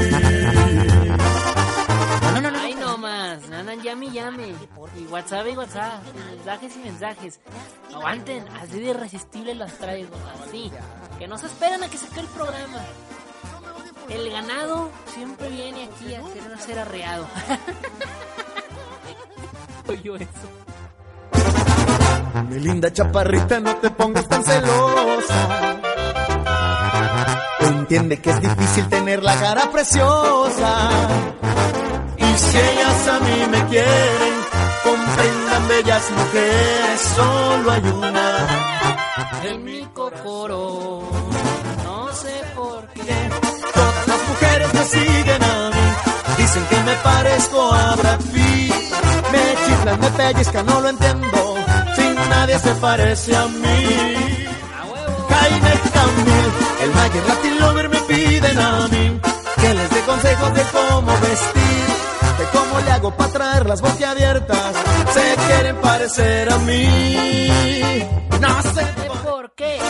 Ay, no más. Llame. Y WhatsApp. Mensajes. Aguanten, así de irresistible las traigo. Así. Que no se esperan a que se acabe el programa. El ganado siempre viene aquí a querer ser arreado. Oye, eso. Mi linda chaparrita, no te pongas tan celosa. Entiende que es difícil tener la cara preciosa. Y si ellas a mí me quieren, comprendan, bellas mujeres, solo hay una en mi cocoro. No sé por qué todas las mujeres me siguen a mí. Dicen que me parezco a Brad Pitt. Me chiflan, me pellizcan, no lo entiendo. Si nadie se parece a mí. Jaime Camil, el Mayer Latin Lover me piden a mí que les dé consejos de cómo vestir, de cómo le hago para traerlas boquiabiertas. Se quieren parecer a mí. No sé por qué.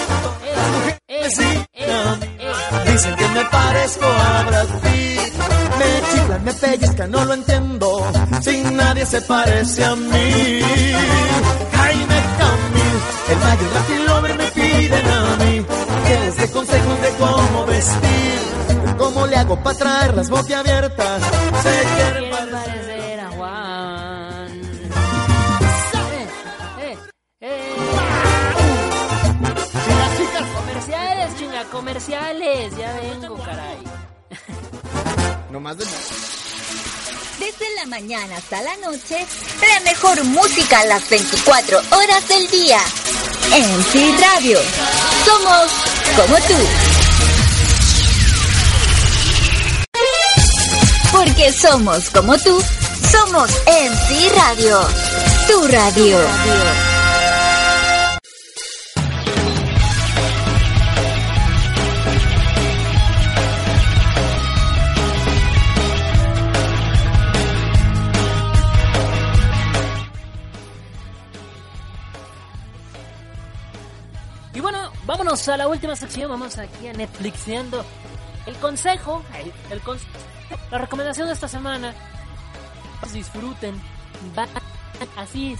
Dicen que me parezco a Brad Pitt. Me chiflan, me pellizcan, no lo entiendo. Si nadie se parece a mí. Jaime Camil, el Mayer Latin Lover me piden a mí que les dé consejos de cómo vestir, de cómo le hago para traerlas boquiabiertas. Se quieren parecer a Juan. Comerciales, ya vengo, caray. No más de nada. Desde la mañana hasta la noche, la mejor música a las 24 horas del día. MC Radio. Somos como tú. Porque somos como tú, somos MC Radio, tu radio. Y bueno, vámonos a la última sección. Vamos aquí a Netflixeando. El consejo, la recomendación de esta semana. Disfruten, así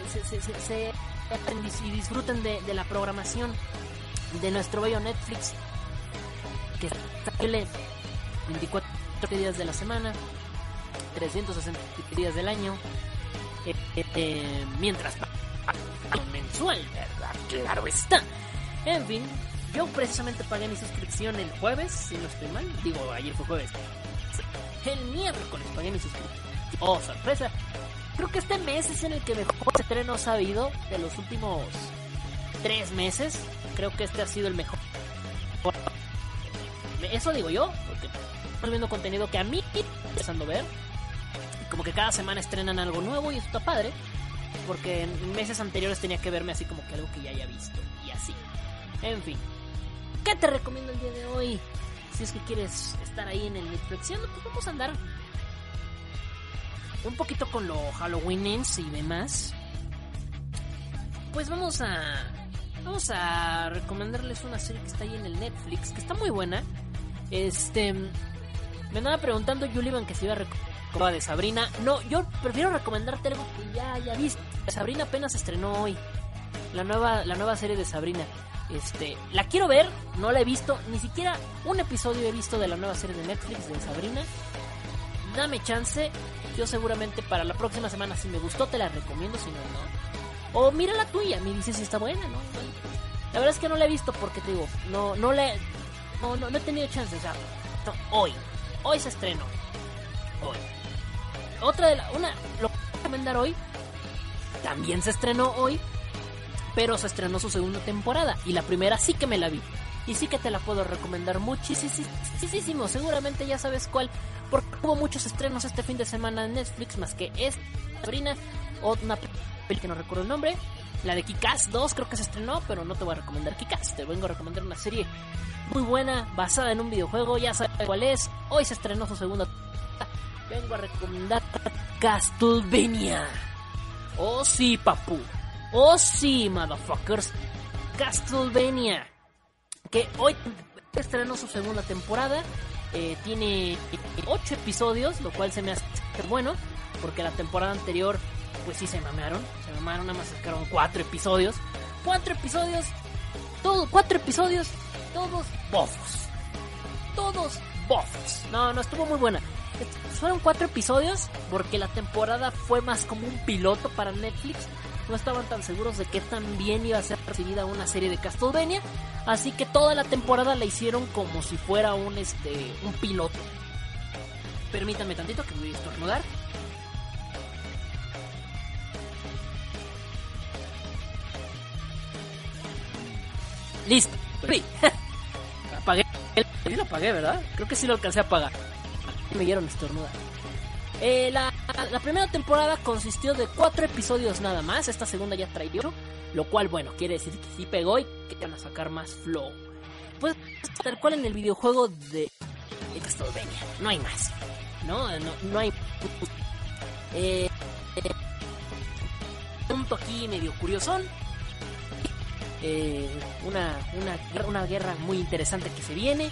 y disfruten de la programación de nuestro bello Netflix, que está 24 días de la semana, 360 días del año, mientras mensual, ¿verdad? Claro está. En fin, yo precisamente pagué mi suscripción el jueves, si no estoy mal. Digo, ayer fue jueves. El miércoles pagué mi suscripción. Oh, sorpresa. Creo que este mes es en el que mejor estrenos ha habido de los últimos 3 meses. Creo que este ha sido el mejor. Eso digo yo, porque estoy viendo contenido que a mí estoy empezando a ver. Y como que cada semana estrenan algo nuevo y eso está padre. Porque en meses anteriores tenía que verme así como que algo que ya haya visto. Y así. En fin. ¿Qué te recomiendo el día de hoy? Si es que quieres estar ahí en el Netflix, pues vamos a andar un poquito con lo Halloweenense y demás. Pues vamos a recomendarles una serie que está ahí en el Netflix, que está muy buena. Me andaba preguntando Yulivan que si iba a recomendar de Sabrina. No, yo prefiero recomendarte algo que ya haya visto. Sabrina apenas estrenó hoy. La nueva serie de Sabrina. La quiero ver, no la he visto, ni siquiera un episodio he visto de la nueva serie de Netflix de Sabrina. Dame chance, yo seguramente para la próxima semana, si me gustó te la recomiendo, si no, no. O mira la tuya, me dices si está buena, ¿no? La verdad es que no la he visto porque te digo, no he tenido chance, o sea, no, hoy se estrenó. Hoy. Lo que voy a recomendar hoy, también se estrenó hoy. Pero se estrenó su segunda temporada y la primera sí que me la vi. Y sí que te la puedo recomendar muchísimo. Seguramente ya sabes cuál. Porque hubo muchos estrenos este fin de semana en Netflix. Más que Sabrina, una película que no recuerdo el nombre. La de Kick-Ass 2 creo que se estrenó. Pero no te voy a recomendar Kick-Ass. Te vengo a recomendar una serie muy buena, basada en un videojuego. Ya sabes cuál es. Hoy se estrenó su segunda temporada. Vengo a recomendar Castlevania. Oh sí, papu. Oh sí, motherfuckers. Castlevania, que hoy estrenó su segunda temporada. Tiene 8 episodios, lo cual se me hace bueno, porque la temporada anterior pues sí se mamaron, nada más sacaron 4 episodios. 4 episodios, todos bofos. No, estuvo muy buena. Fueron 4 episodios porque la temporada fue más como un piloto para Netflix. No estaban tan seguros de que tan bien iba a ser recibida una serie de Castlevania, así que toda la temporada la hicieron como si fuera un piloto. Permítanme tantito que voy a estornudar. Listo. Lo apagué, ¿verdad? Creo que sí lo alcancé a apagar. Me dieron estornudar. La primera temporada consistió de 4 episodios nada más. Esta segunda ya trae 8, lo cual, bueno, quiere decir que sí pegó y que van a sacar más flow. Pues tal cual en el videojuego de Castlevania, no hay más. No hay punto aquí medio curiosón. Una guerra muy interesante que se viene.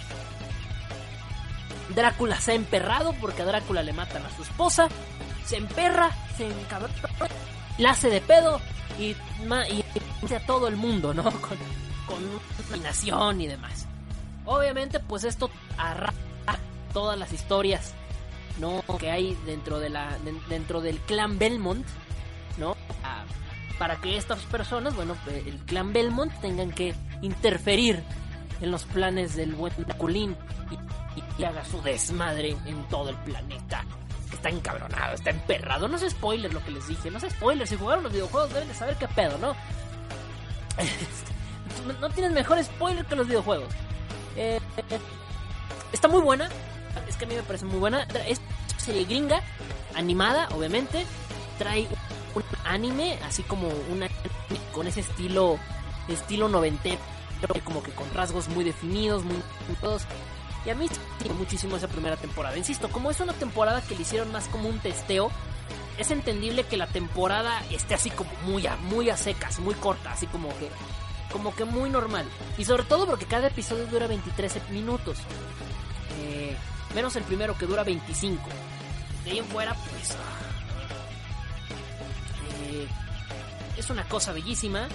Drácula se ha emperrado porque a Drácula le matan a su esposa. Se emperra, se encabrona, la hace de pedo y a todo el mundo, ¿no? Con dominación y demás. Obviamente, pues esto arrastra todas las historias, ¿no? Que hay dentro del clan Belmont, ¿no? Para que estas personas, bueno, el clan Belmont tengan que interferir en los planes del buen Draculín y haga su desmadre en todo el planeta. Está encabronado, está emperrado. No sé spoiler lo que les dije, no sé spoiler. Si jugaron los videojuegos deben de saber qué pedo, ¿no? No tienen mejor spoiler que los videojuegos. Está muy buena. Es que a mí me parece muy buena. serie gringa, animada, obviamente. Trae un anime, así como un anime con ese estilo noventero, como que con rasgos muy definidos, muy todos. Y a mí me muchísimo esa primera temporada. Insisto, como es una temporada que le hicieron más como un testeo, es entendible que la temporada esté así como muy a secas, muy corta, así como que muy normal. Y sobre todo porque cada episodio dura 23 minutos. Menos el primero, que dura 25. De ahí en fuera, pues... es una cosa bellísima.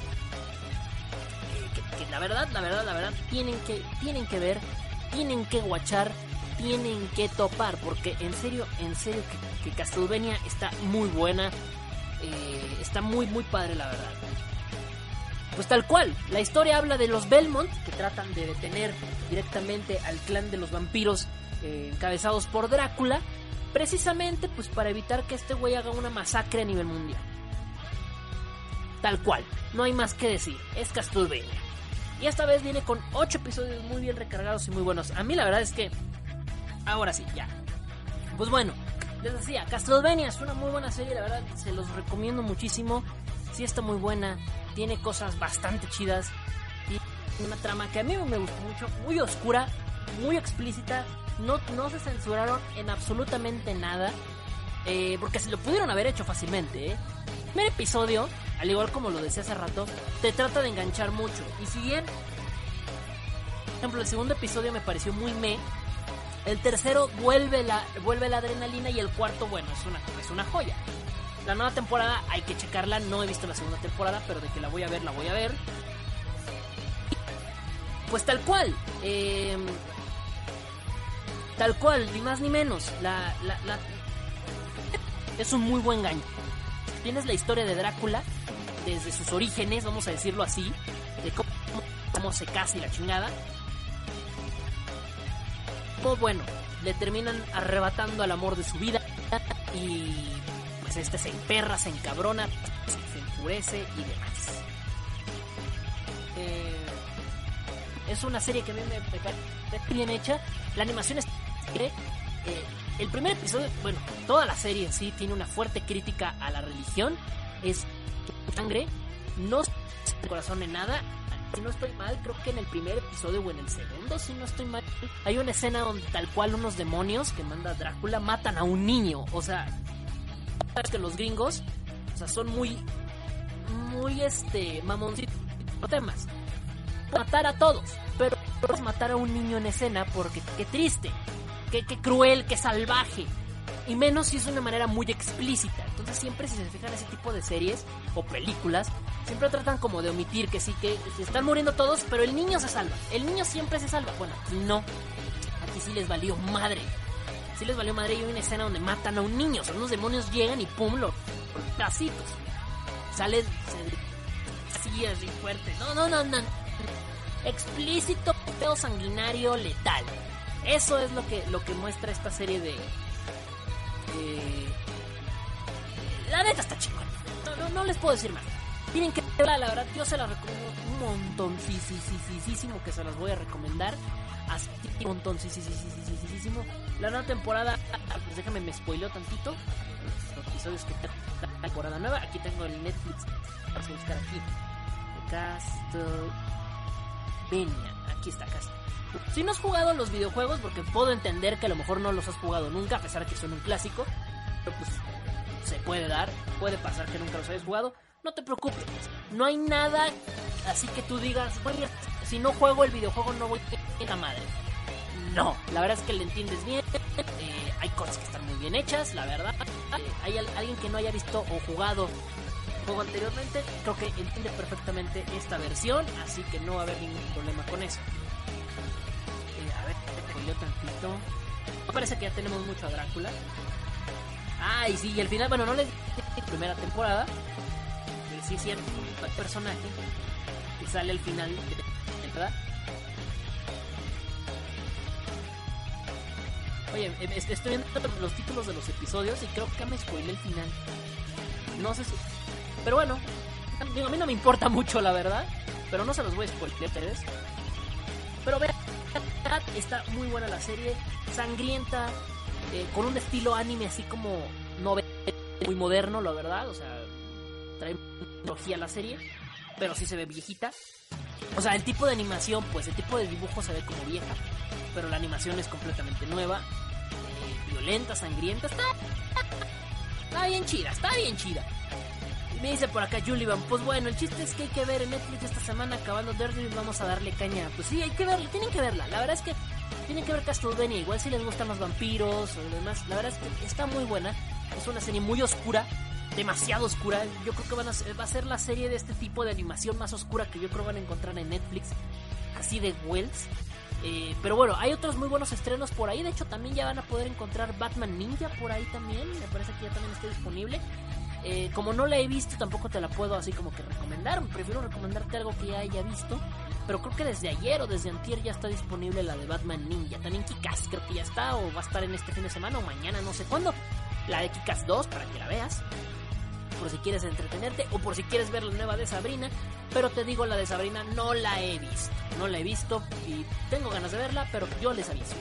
Que la verdad, tienen que ver, tienen que guachar, tienen que topar, porque en serio que Castlevania está muy buena, está muy padre, la verdad. Pues tal cual, la historia habla de los Belmont, que tratan de detener directamente al clan de los vampiros encabezados por Drácula, precisamente pues para evitar que este güey haga una masacre a nivel mundial. Tal cual, no hay más que decir, es Castlevania. Y esta vez viene con 8 episodios muy bien recargados y muy buenos. A mí la verdad es que... ahora sí, ya. Pues bueno, les decía, Castlevania es una muy buena serie, la verdad se los recomiendo muchísimo. Sí está muy buena, tiene cosas bastante chidas y una trama que a mí me gustó mucho, muy oscura, muy explícita. No se censuraron en absolutamente nada, porque se lo pudieron haber hecho fácilmente, El primer episodio, al igual como lo decía hace rato, te trata de enganchar mucho. Y si bien, por ejemplo, el segundo episodio me pareció muy el tercero vuelve la adrenalina, y el cuarto, bueno, es una joya. La nueva temporada hay que checarla, no he visto la segunda temporada, pero de que la voy a ver. Pues tal cual, ni más ni menos. Es un muy buen gancho. Tienes la historia de Drácula desde sus orígenes, vamos a decirlo así, de cómo se casa y la chingada. Pues bueno, le terminan arrebatando al amor de su vida y pues se emperra, se encabrona, se enfurece y demás. Es una serie que a mí me parece bien hecha. La animación es... el primer episodio, bueno, toda la serie en sí tiene una fuerte crítica a la religión. Es sangre, no es corazón en nada. Si no estoy mal, creo que en el primer episodio o en el segundo, si no estoy mal, hay una escena donde tal cual unos demonios que manda Drácula matan a un niño. O sea, sabes que los gringos, o sea, son muy mamoncitos, no temas. Matar a todos, pero matar a un niño en escena, porque qué triste, qué cruel, qué salvaje. Y menos si es de una manera muy explícita. Entonces siempre, si se fijan, ese tipo de series o películas siempre tratan como de omitir que sí, que se están muriendo todos, pero el niño se salva. El niño siempre se salva. Bueno, aquí no. Aquí sí les valió madre. Sí les valió madre. Y hay una escena donde matan a un niño. O sea, unos demonios llegan y pum, lo pedacitos. Sale así fuerte. No. Explícito, pedo sanguinario, letal. Eso es lo que muestra esta serie de... la neta está chingón. No les puedo decir más. Tienen que verla, la verdad, yo se la recomiendo un montón, sí, que se las voy a recomendar. Así, un montón, sí. La nueva temporada, pues déjame, me spoileo tantito. Los episodios que tengo la temporada nueva. Aquí tengo el Netflix. Vamos a buscar aquí. Castlevania. Aquí está, Castlevania. Si no has jugado los videojuegos, porque puedo entender que a lo mejor no los has jugado nunca, a pesar de que son un clásico, pero pues se puede dar, puede pasar que nunca los hayas jugado, no te preocupes, no hay nada así que tú digas, oye, si no juego el videojuego no voy a la madre. No, la verdad es que le entiendes bien, hay cosas que están muy bien hechas, la verdad. Hay alguien que no haya visto o jugado el juego anteriormente, creo que entiende perfectamente esta versión, así que no va a haber ningún problema con eso. Tantito. Me parece que ya tenemos mucho a Drácula. Y sí, y al final, bueno, no les dije primera temporada, pero sí es cierto, un personaje que sale al final, ¿verdad? Oye, estoy viendo los títulos de los episodios y creo que me spoilé el final. No sé si... Pero bueno, digo, a mí no me importa mucho, la verdad, pero no se los voy a spoiler, ustedes. Pero vean, está muy buena la serie, sangrienta, con un estilo anime así como muy moderno, la verdad, o sea, trae tecnología a la serie, pero sí se ve viejita. O sea, el tipo de animación, pues el tipo de dibujo se ve como vieja, pero la animación es completamente nueva, violenta, sangrienta, está bien chida, Y me dice por acá Julivan, pues bueno, el chiste es que hay que ver en Netflix esta semana, acabando Daredevil, vamos a darle caña. Pues sí, hay que verla, tienen que verla, la verdad es que tienen que ver Castlevania, igual si les gustan los vampiros o lo demás, la verdad es que está muy buena, es una serie muy oscura, demasiado oscura. Yo creo que va a ser la serie de este tipo de animación más oscura que yo creo van a encontrar en Netflix, así de Wells. Pero bueno, hay otros muy buenos estrenos por ahí. De hecho también ya van a poder encontrar Batman Ninja por ahí también. Me parece que ya también está disponible. Como no la he visto, tampoco te la puedo así como que recomendar. Prefiero recomendarte algo que ya haya visto. Pero creo que desde ayer o desde antier ya está disponible la de Batman Ninja. También Kick-Ass creo que ya está, o va a estar en este fin de semana o mañana, no sé cuándo. La de Kick-Ass 2 para que la veas, por si quieres entretenerte o por si quieres ver la nueva de Sabrina. Pero te digo, la de Sabrina no la he visto y tengo ganas de verla, pero yo les aviso.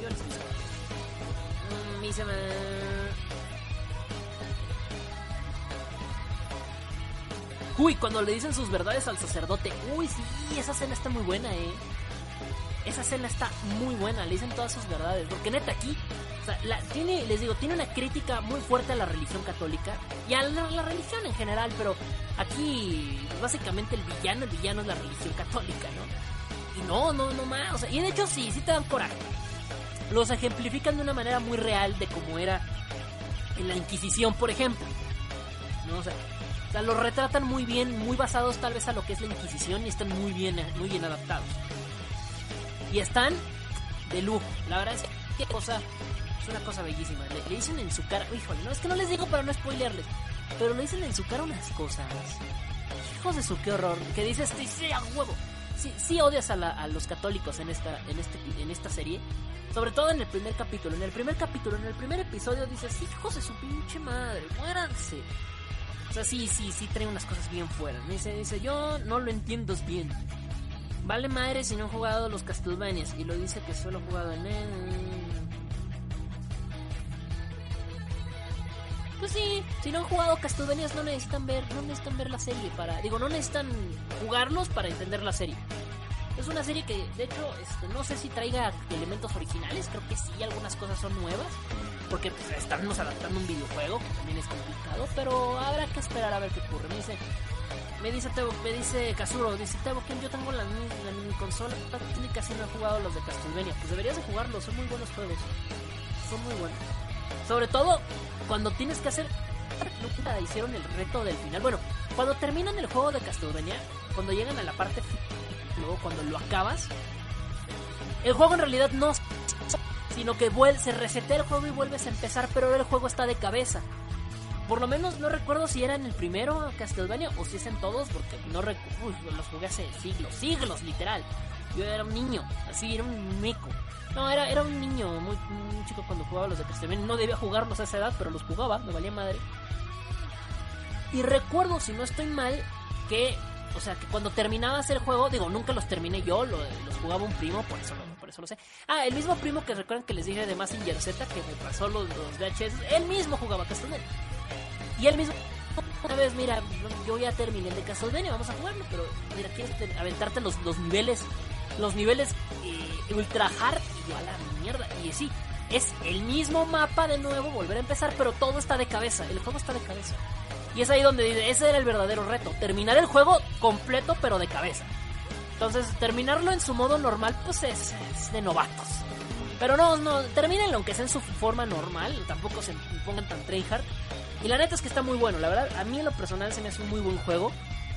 Uy, cuando le dicen sus verdades al sacerdote, uy, sí, esa escena está muy buena, esa escena está muy buena, le dicen todas sus verdades, porque neta aquí, o sea, tiene una crítica muy fuerte a la religión católica y a la religión en general, pero aquí básicamente el villano es la religión católica, ¿no? Y no más, o sea, y de hecho sí te dan coraje. Los ejemplifican de una manera muy real de cómo era en la Inquisición, por ejemplo, ¿no? O sea, los retratan muy bien, muy basados tal vez a lo que es la Inquisición, y están muy bien adaptados. Y están de lujo. La verdad es que es una cosa bellísima. Le dicen en su cara, híjole, no, es que no les digo para no spoilearles, pero le dicen en su cara unas cosas. Hijos de su, qué horror. Que dices, sí, a huevo. Sí odias a los católicos en esta serie. Sobre todo en el primer capítulo. En el primer episodio dices, hijos de su pinche madre, muéranse. O sea, sí trae unas cosas bien fuera. Dice, yo no lo entiendo bien. Vale madre si no he jugado los Castlevanias. Y lo dice que solo he jugado en él. Pues sí, si no han jugado Castlevanias no necesitan ver la serie no necesitan jugarlos para entender la serie. Es una serie que, de hecho, no sé si traiga elementos originales, creo que sí, algunas cosas son nuevas, porque pues, estamos adaptando un videojuego, que también es complicado, pero habrá que esperar a ver qué ocurre. Me dice Kazuro, Tebo, que yo tengo la mi consola, y casi no he jugado los de Castlevania. Pues deberías de jugarlos, son muy buenos juegos, son muy buenos. Sobre todo cuando tienes que hacer, nunca hicieron el reto del final. Bueno, cuando terminan el juego de Castlevania, cuando llegan a la parte luego cuando lo acabas, el juego en realidad no, sino que se resetea el juego y vuelves a empezar, pero ahora el juego está de cabeza. Por lo menos no recuerdo si era en el primero Castlevania o si es en todos, porque no recuerdo, los jugué hace siglos literal. Yo era un niño, así, era un mico. No, era un niño, un chico cuando jugaba los de Castlevania. No debía jugarlos a esa edad, pero los jugaba, me valía madre. Y recuerdo, si no estoy mal, que cuando terminabas el juego, nunca los terminé yo, los jugaba un primo, por eso lo sé. El mismo primo que recuerdan que les dije de Mazinger Z, que me pasó los VHS, él mismo jugaba Castlevania. Y él mismo, una vez, mira, yo ya terminé el de Castlevania, vamos a jugarlo, pero mira, quieres aventarte los niveles ultra hard, igual a la mierda. Y sí, es el mismo mapa de nuevo, volver a empezar, pero todo está de cabeza, el juego está de cabeza. Y es ahí donde dice, ese era el verdadero reto, terminar el juego completo pero de cabeza. Entonces, terminarlo en su modo normal, pues es de novatos. Pero no, termínenlo aunque sea en su forma normal, tampoco se pongan tan tryhard. Y la neta es que está muy bueno, la verdad, a mí en lo personal se me hace un muy buen juego.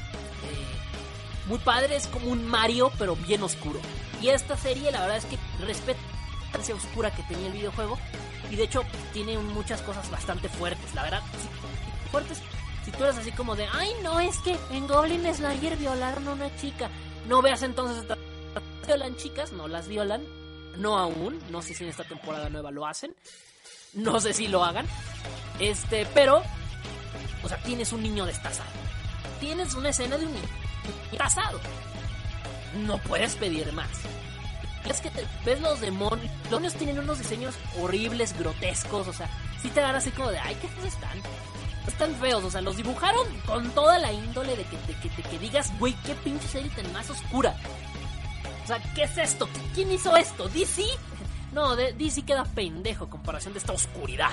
Muy padre, es como un Mario, pero bien oscuro. Y esta serie, la verdad es que respeta la estancia oscura que tenía el videojuego. Y de hecho, tiene muchas cosas bastante fuertes, la verdad, fuertes. Si tú eres así como de, ay no, es que en Goblin Slayer violaron a una chica, no veas entonces, violan chicas, no las violan, no aún, no sé si en esta temporada nueva lo hacen, no sé si lo hagan, pero, o sea, tienes un niño destazado, tienes una escena de un niño destazado, no puedes pedir más. es que ves los demonios tienen unos diseños horribles, grotescos, o sea, sí te dan así como de, ay, qué feos están feos, o sea, los dibujaron con toda la índole de que digas, güey, qué pinche serie tan más oscura. O sea, ¿qué es esto? ¿Quién hizo esto? ¿DC? No, DC queda pendejo en comparación de esta oscuridad.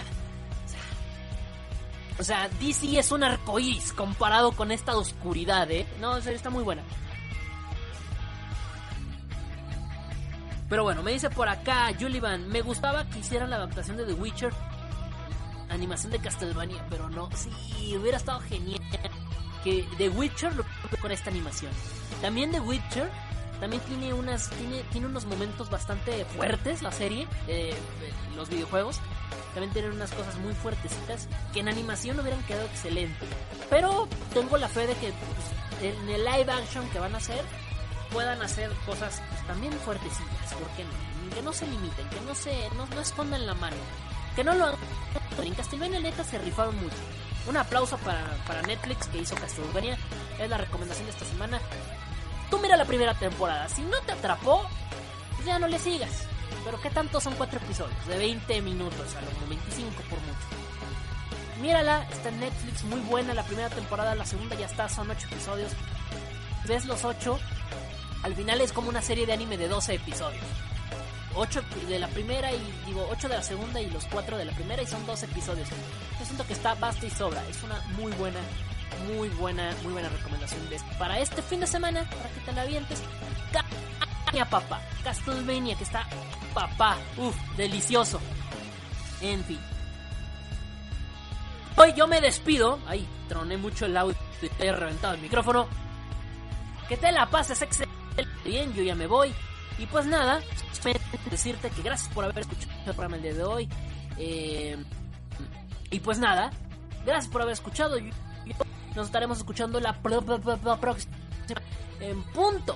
O sea, DC es un arcoíris comparado con esta oscuridad, ¿eh? No, en serio, está muy buena. Pero bueno, me dice por acá Julivan, me gustaba que hicieran la adaptación de The Witcher, animación de Castlevania, pero no, sí, hubiera estado genial que The Witcher lo con esta animación. También The Witcher también tiene unos momentos bastante fuertes, la serie, los videojuegos. También tienen unas cosas muy fuertecitas que en animación hubieran quedado excelentes. Pero tengo la fe de que pues, en el live action que van a hacer puedan hacer cosas pues, también fuertecillas. ¿Por qué no? Que no se limiten, que no escondan la mano, que no lo hagan. En Castlevania neta se rifaron mucho. Un aplauso para Netflix que hizo Castlevania. Es la recomendación de esta semana. Tú mira la primera temporada. Si no te atrapó, pues ya no le sigas. Pero ¿qué tanto son 4 episodios? De 20 minutos, a los 25 por mucho. Mírala, está en Netflix, muy buena la primera temporada. La segunda ya está, son 8 episodios. Ves los 8. Al final es como una serie de anime de 12 episodios. 8 de la primera y 8 de la segunda y los 4 de la primera y son 12 episodios. Yo siento que está basta y sobra. Es una muy buena recomendación para este fin de semana, para que te la avientes. Papá, Castlevania, que está papá, delicioso. En fin. Hoy yo me despido. Ay, troné mucho el audio y te he reventado el micrófono. Que te la pases excelente. Bien, yo ya me voy. Y pues nada, decirte que gracias por haber escuchado el programa el día de hoy. Y pues nada, gracias por haber escuchado. Nos estaremos escuchando la próxima en punto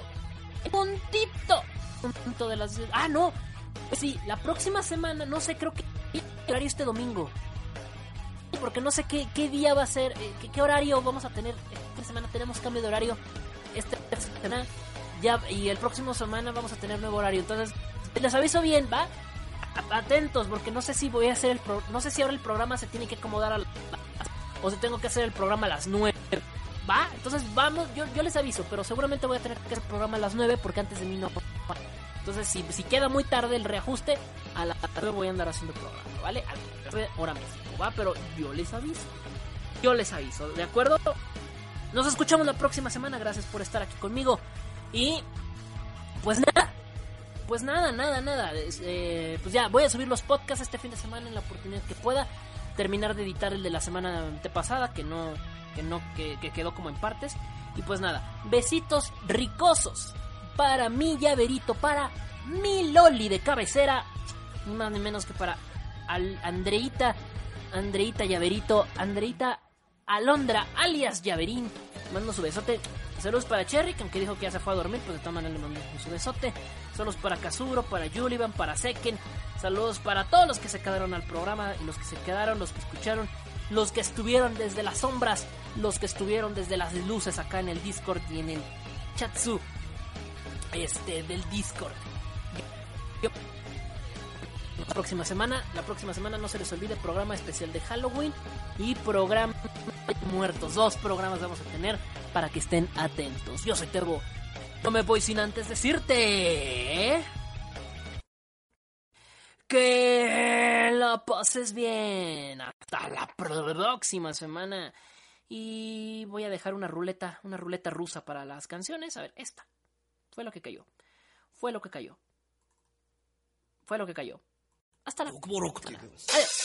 de las... Ah, no, pues sí, la próxima semana, no sé, creo que horario este domingo, porque no sé qué día va a ser, qué horario vamos a tener. Esta semana tenemos cambio de horario, esta semana ya, y el próximo semana vamos a tener nuevo horario, entonces les aviso bien, ¿va? Atentos, porque no sé si voy a hacer no sé si ahora el programa se tiene que acomodar o si tengo que hacer el programa a las 9, ¿va? Entonces vamos, yo les aviso, pero seguramente voy a tener que hacer el programa a las 9 porque antes de mí no. Entonces si queda muy tarde el reajuste, a las 9 voy a andar haciendo el programa, ¿vale? A las 9 hora México, ¿va? Pero yo les aviso, ¿de acuerdo? Nos escuchamos la próxima semana, gracias por estar aquí conmigo. Y pues nada. Pues ya voy a subir los podcasts este fin de semana en la oportunidad que pueda. Terminar de editar el de la semana antepasada que quedó como en partes. Y pues nada, besitos ricosos para mi llaverito, para mi Loli de cabecera, ni más ni menos que para Andreita Llaverito, Andreita Alondra alias Llaverín. Mando su besote. Saludos para Cherry, que aunque dijo que ya se fue a dormir, pues de todas maneras le mando su besote. Saludos para Kazuro, para Julivan, para Seken. Saludos para todos los que se quedaron al programa y los que se quedaron, los que escucharon, los que estuvieron desde las sombras, los que estuvieron desde las luces acá en el Discord y en el chatsu del Discord. La próxima semana no se les olvide programa especial de Halloween y programa de muertos. 2 programas vamos a tener para que estén atentos. Yo soy Terbo. No me voy sin antes decirte que la pases bien. Hasta la próxima semana. Y voy a dejar una ruleta rusa para las canciones. A ver, esta. Fue lo que cayó. Hasta la próxima. Adiós.